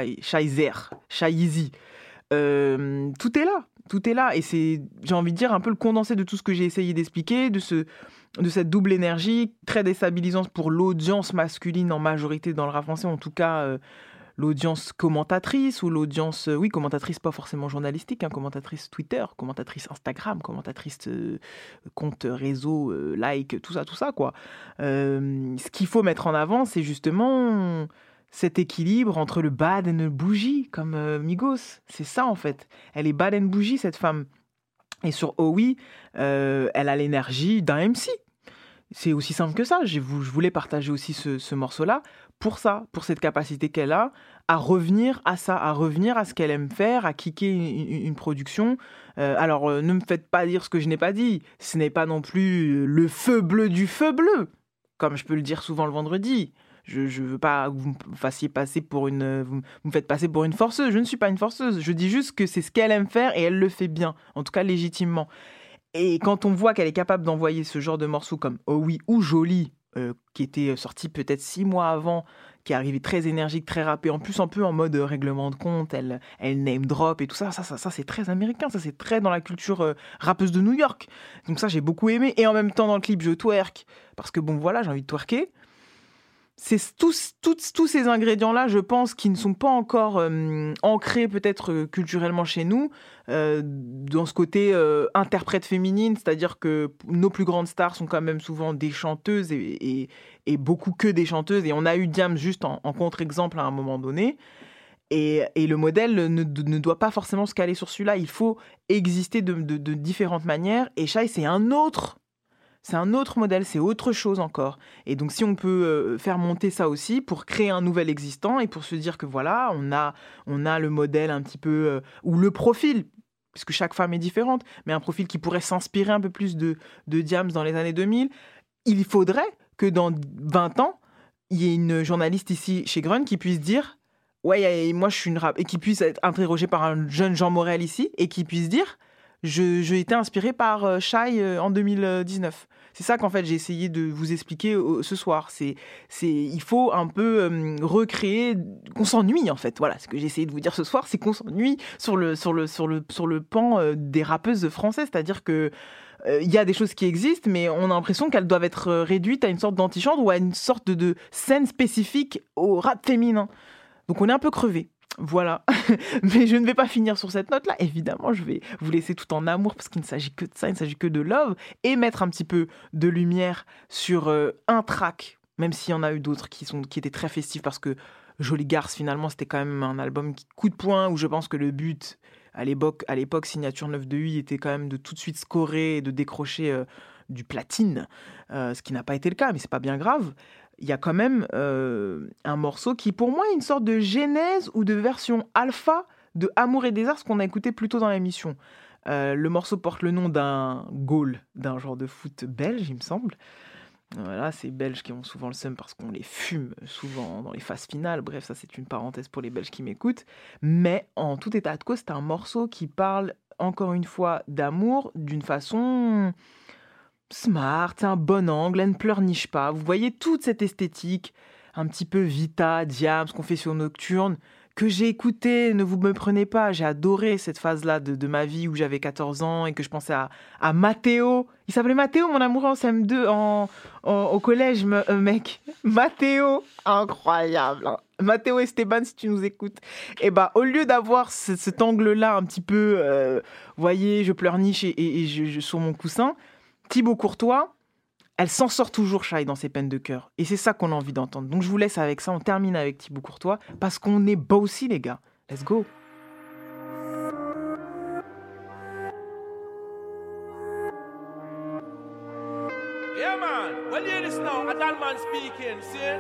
Shaizy. Tout est là. Et c'est, j'ai envie de dire, un peu le condensé de tout ce que j'ai essayé d'expliquer, de cette double énergie très déstabilisante pour l'audience masculine en majorité dans le rap français, en tout cas l'audience commentatrice ou l'audience, commentatrice pas forcément journalistique, hein, commentatrice Twitter, commentatrice Instagram, commentatrice compte réseau, like, tout ça quoi. Ce qu'il faut mettre en avant, c'est justement cet équilibre entre le bad et le bougie, comme Migos. C'est ça en fait. Elle est bad and bougie cette femme. Et sur Oh oui, elle a l'énergie d'un MC. C'est aussi simple que ça. Je voulais partager aussi ce morceau-là pour ça, pour cette capacité qu'elle a à revenir à ça, à revenir à ce qu'elle aime faire, à kicker une production. Alors, ne me faites pas dire ce que je n'ai pas dit. Ce n'est pas non plus le feu bleu du feu bleu, comme je peux le dire souvent le vendredi. Je veux pas que vous me fassiez passer pour vous me faites passer pour une forceuse. Je ne suis pas une forceuse. Je dis juste que c'est ce qu'elle aime faire et elle le fait bien, en tout cas légitimement. Et quand on voit qu'elle est capable d'envoyer ce genre de morceaux comme Oh oui ou Jolie, qui était sorti peut-être 6 mois avant, qui est arrivé très énergique, très rappé, en plus un peu en mode règlement de compte, elle name drop et tout ça, ça c'est très américain, ça c'est très dans la culture rappeuse de New York. Donc ça j'ai beaucoup aimé. Et en même temps dans le clip je twerk, parce que bon voilà, j'ai envie de twerker. c'est tous ces ingrédients-là, je pense, qui ne sont pas encore ancrés peut-être culturellement chez nous, dans ce côté interprète féminine, c'est-à-dire que nos plus grandes stars sont quand même souvent des chanteuses et beaucoup que des chanteuses, et on a eu Diams juste en contre-exemple à un moment donné. Et le modèle ne doit pas forcément se caler sur celui-là, il faut exister de différentes manières, et Shai, c'est un autre modèle, c'est autre chose encore. Et donc si on peut faire monter ça aussi pour créer un nouvel existant et pour se dire que voilà, on a le modèle un petit peu, ou le profil, puisque chaque femme est différente, mais un profil qui pourrait s'inspirer un peu plus de Diams dans les années 2000, il faudrait que dans 20 ans, il y ait une journaliste ici chez Grun qui puisse dire « Ouais, moi je suis une rap », et qui puisse être interrogée par un jeune Jean Morel ici, et qui puisse dire « J'ai été inspirée par Shai en 2019 ». C'est ça qu'en fait j'ai essayé de vous expliquer ce soir. Il faut un peu recréer, qu'on s'ennuie en fait. Voilà, ce que j'ai essayé de vous dire ce soir, c'est qu'on s'ennuie sur le pan des rappeuses françaises. C'est-à-dire que il y a des choses qui existent, mais on a l'impression qu'elles doivent être réduites à une sorte d'antichambre ou à une sorte de scène spécifique au rap féminin. Donc on est un peu crevé. Voilà, mais je ne vais pas finir sur cette note-là. Évidemment, je vais vous laisser tout en amour parce qu'il ne s'agit que de ça, il ne s'agit que de love, et mettre un petit peu de lumière sur un track, même s'il y en a eu d'autres qui étaient très festifs, parce que Jolie Garce, finalement, c'était quand même un album coup de poing, où je pense que le but, à l'époque Signature 9 de UI, était quand même de tout de suite scorer et de décrocher du platine, ce qui n'a pas été le cas, mais c'est pas bien grave. Il y a quand même un morceau qui, pour moi, est une sorte de genèse ou de version alpha de Amour et désert, ce qu'on a écouté plus tôt dans l'émission. Le morceau porte le nom d'un goal, d'un genre de foot belge, il me semble. Voilà, ces Belges qui ont souvent le seum parce qu'on les fume souvent dans les phases finales. Bref, ça, c'est une parenthèse pour les Belges qui m'écoutent. Mais en tout état de cause, c'est un morceau qui parle, encore une fois, d'amour d'une façon smart, un bon angle, elle ne pleurniche pas. Vous voyez toute cette esthétique, un petit peu Vita, Diams, Confession nocturne, que j'ai écouté, ne vous me prenez pas, j'ai adoré cette phase-là de ma vie où j'avais 14 ans et que je pensais à Mathéo. Il s'appelait Mathéo, mon amoureux en CM2, au collège, mec. Mathéo, incroyable. Hein. Mathéo Esteban, si tu nous écoutes. Et bah, au lieu d'avoir cet angle-là un petit peu, voyez, je pleurniche et je sur mon coussin, Thibaut Courtois, elle s'en sort toujours, Shai, dans ses peines de cœur. Et c'est ça qu'on a envie d'entendre. Donc je vous laisse avec ça, on termine avec Thibaut Courtois, parce qu'on est beau aussi, les gars. Let's go. Yeah, man. Well, hear this now. A dull man speaking, see?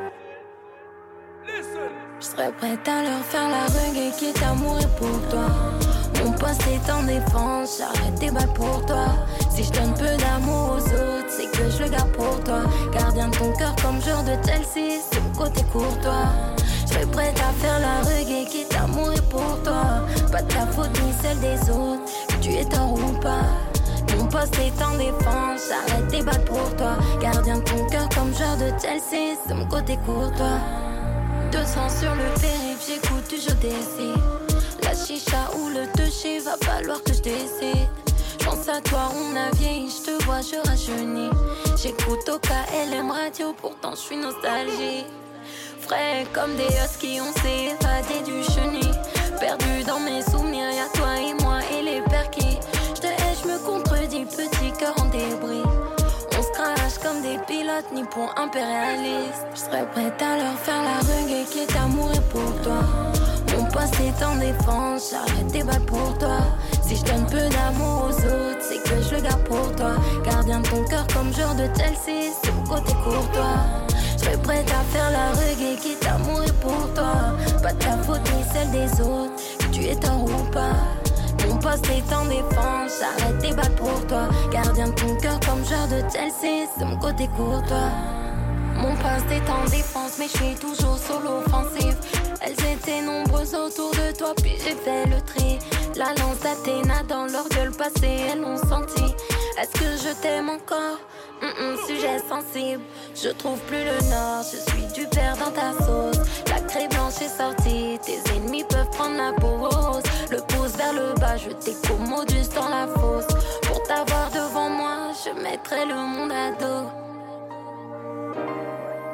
Listen. Je serais prête à leur faire la reggae qui est amoureux pour toi. Mon poste est en défense, j'arrête des balles pour toi. Si je donne peu d'amour aux autres, c'est que je le garde pour toi. Gardien de ton cœur comme joueur de Chelsea, c'est mon côté courtois. Je serais prête à faire la reggae qui est amoureux pour toi. Pas de ta faute ni celle des autres, que tu es tort ou pas. Mon poste est en défense, j'arrête des balles pour toi. Gardien de ton cœur comme joueur de Chelsea, c'est mon côté courtois. 200 sur le périph', j'écoute du jeu d'essai. La chicha ou le toucher, va falloir que je décide. J'pense à toi, on a vieilli, je te vois, je rajeunis. J'écoute au KLM radio, pourtant je suis nostalgique. Frais comme des huskies, on s'est évadé du chenil. Perdu dans mes souvenirs, y'a toi et moi et les perquis. J'te hais, j'me contredis, petit cœur en débris. On se crache comme des pilotes, ni pour impérialistes. J'serais prête à leur faire la reggae qui est amoureux pour toi. Mon poste est en défense, j'arrête des balles pour toi. Si je donne peu d'amour aux autres, c'est que je le garde pour toi. Gardien de ton cœur comme joueur de Chelsea, c'est mon côté courtois. Je serais prête à faire la reggae qui est amoureux pour toi. Pas de ta faute ni celle des autres, que tu es tort ou pas. Mon poste est en défense, j'arrête des balles pour toi. Gardien de ton cœur comme joueur de Chelsea, c'est mon côté courtois. Mon poste est en défense, mais je suis toujours solo offensif. Elles étaient nombreuses autour de toi, puis j'ai fait le tri. La lance d'Athéna dans leur gueule passée, elles l'ont senti. Est-ce que je t'aime encore? Sujet sensible, je trouve plus le nord. Je suis du père dans ta sauce. La craie blanche est sortie, tes ennemis peuvent prendre la pause. Le pouce vers le bas, je t'écommodus dans la fosse. Pour t'avoir devant moi, je mettrai le monde à dos. Les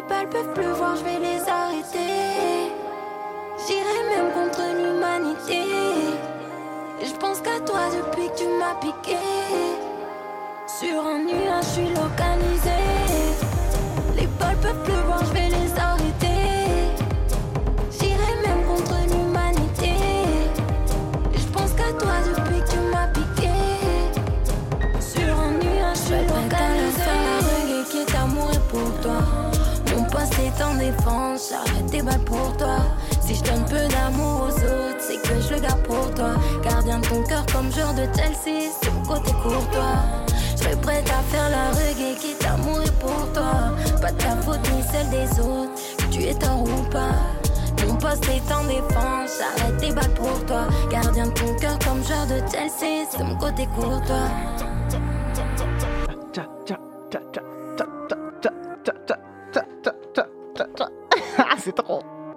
les balles peuvent pleuvoir, je vais les arrêter. J'irai même contre l'humanité. Je pense qu'à toi depuis que tu m'as piqué. Sur un nuage, je suis localisé. Les balles peuvent pleuvoir, je vais les arrêter. J'irai même contre l'humanité. Je pense qu'à toi depuis que tu m'as piqué. Sur un nuage, je suis localisé. La reggae qui est amoureux pour toi. Mon poste est en défense, j'arrête tes balles pour toi. Si je donne peu d'amour aux autres, c'est que je le garde pour toi. Gardien de ton cœur comme joueur de Chelsea, c'est mon côté courtois. Je serais prête à faire la reggae qui est amoureux pour toi. Pas de ta faute ni celle des autres, que tu es tort ou pas. Mon poste est en défense, j'arrête tes balles pour toi. Gardien de ton cœur comme joueur de Chelsea, c'est mon côté courtois. Ah, c'est trop.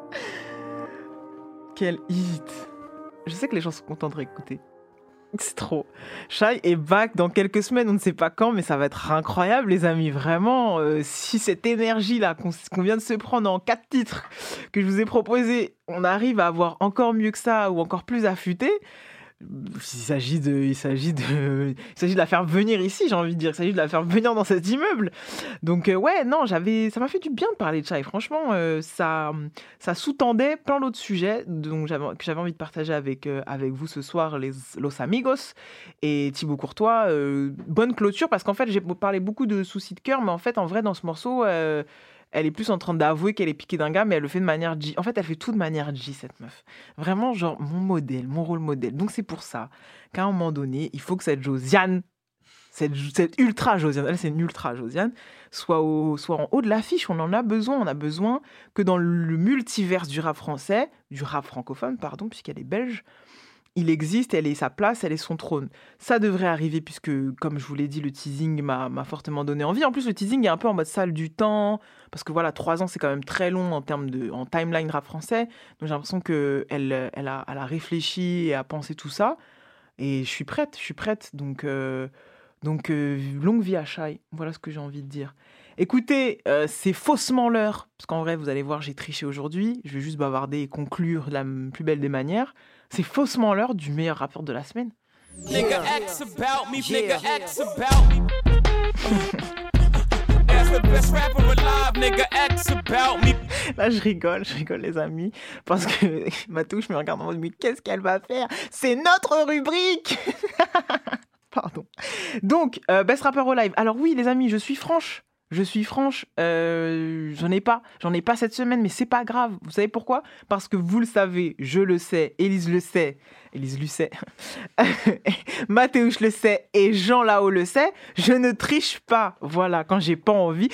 Quel hit. Je sais que les gens sont contents de réécouter. C'est trop. Shai est back dans quelques semaines, on ne sait pas quand, mais ça va être incroyable, les amis. Vraiment, si cette énergie-là qu'on vient de se prendre en 4 titres que je vous ai proposé, on arrive à avoir encore mieux que ça ou encore plus affûté, il s'agit de la faire venir ici, j'ai envie de dire. Il s'agit de la faire venir dans cet immeuble. Donc ouais, non, ça m'a fait du bien de parler de Shai. Franchement, ça sous-tendait plein d'autres sujets que j'avais envie de partager avec vous ce soir, Los Amigos et Thibaut Courtois. Bonne clôture, parce qu'en fait, j'ai parlé beaucoup de soucis de cœur, mais en fait, en vrai, dans ce morceau, elle est plus en train d'avouer qu'elle est piquée d'un gars, mais elle le fait de manière G. En fait, elle fait tout de manière G, cette meuf. Vraiment, genre, mon modèle, mon rôle modèle. Donc, c'est pour ça qu'à un moment donné, il faut que cette Josiane, cette ultra Josiane, elle, c'est une ultra Josiane, soit en haut de l'affiche. On en a besoin. On a besoin que dans le multiverse du rap français, du rap francophone, pardon, puisqu'elle est belge, il existe, elle est sa place, elle est son trône. Ça devrait arriver puisque, comme je vous l'ai dit, le teasing m'a fortement donné envie. En plus, le teasing est un peu en mode salle du temps, parce que voilà, 3 ans, c'est quand même très long en timeline rap français. Donc j'ai l'impression qu'elle a réfléchi et a pensé tout ça. Et je suis prête. Donc longue vie à Shai. Voilà ce que j'ai envie de dire. Écoutez, c'est faussement l'heure, parce qu'en vrai, vous allez voir, j'ai triché aujourd'hui. Je vais juste bavarder et conclure de la plus belle des manières. C'est faussement l'heure du meilleur rappeur de la semaine. Nigga X about me, nigga X about me. As the best rapper alive, nigga X about me. Là, je rigole les amis, parce que Matouche me regarde en mode, mais qu'est-ce qu'elle va faire ? C'est notre rubrique. Pardon. Donc, Best Rapper Alive. Alors oui, les amis, je suis franche, j'en ai pas cette semaine, mais c'est pas grave. Vous savez pourquoi ? Parce que vous le savez, je le sais, Élise le sait, Mathéouche le sait et Jean là-haut le sait, je ne triche pas. Voilà, quand j'ai pas envie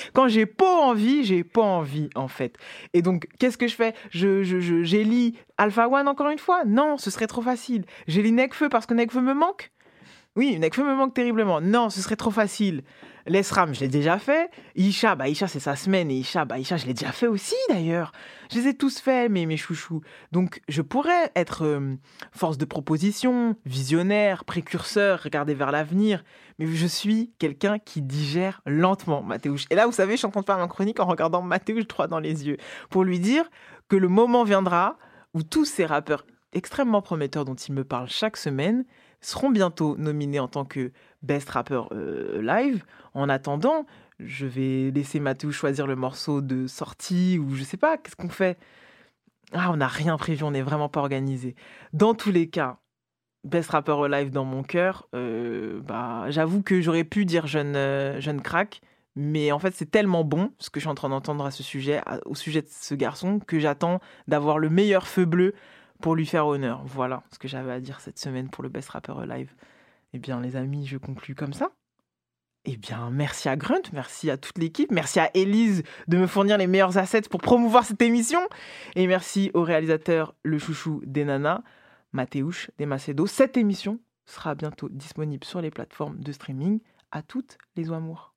en fait. Et donc, qu'est-ce que je fais ? J'élis Alpha One encore une fois ? Non, ce serait trop facile. J'élis Nekfeu parce que Nekfeu me manque ? Oui, Nekfeu me manque terriblement. Non, ce serait trop facile. Lesram, je l'ai déjà fait. Isha, c'est sa semaine. Et Isha, je l'ai déjà fait aussi, d'ailleurs. Je les ai tous faits, mes chouchous. Donc, je pourrais être force de proposition, visionnaire, précurseur, regarder vers l'avenir. Mais je suis quelqu'un qui digère lentement, Mathéouche. Et là, vous savez, je suis en train de faire ma chronique en regardant Mathéouche droit dans les yeux. Pour lui dire que le moment viendra où tous ces rappeurs extrêmement prometteurs dont il me parle chaque semaine seront bientôt nominés en tant que Best Rapper Live. En attendant, je vais laisser Mathéo choisir le morceau de sortie ou je sais pas, qu'est-ce qu'on fait ? Ah, on n'a rien prévu, on n'est vraiment pas organisé. Dans tous les cas, Best Rapper Live dans mon cœur, j'avoue que j'aurais pu dire jeune crack, mais en fait c'est tellement bon ce que je suis en train d'entendre au sujet de ce garçon que j'attends d'avoir le meilleur feu bleu pour lui faire honneur. Voilà ce que j'avais à dire cette semaine pour le Best Rapper Live. Eh bien, les amis, je conclue comme ça. Eh bien, merci à Grunt, merci à toute l'équipe, merci à Élise de me fournir les meilleurs assets pour promouvoir cette émission. Et merci au réalisateur, le chouchou des nanas, Mathéouche des Macedo. Cette émission sera bientôt disponible sur les plateformes de streaming. À toutes les amours.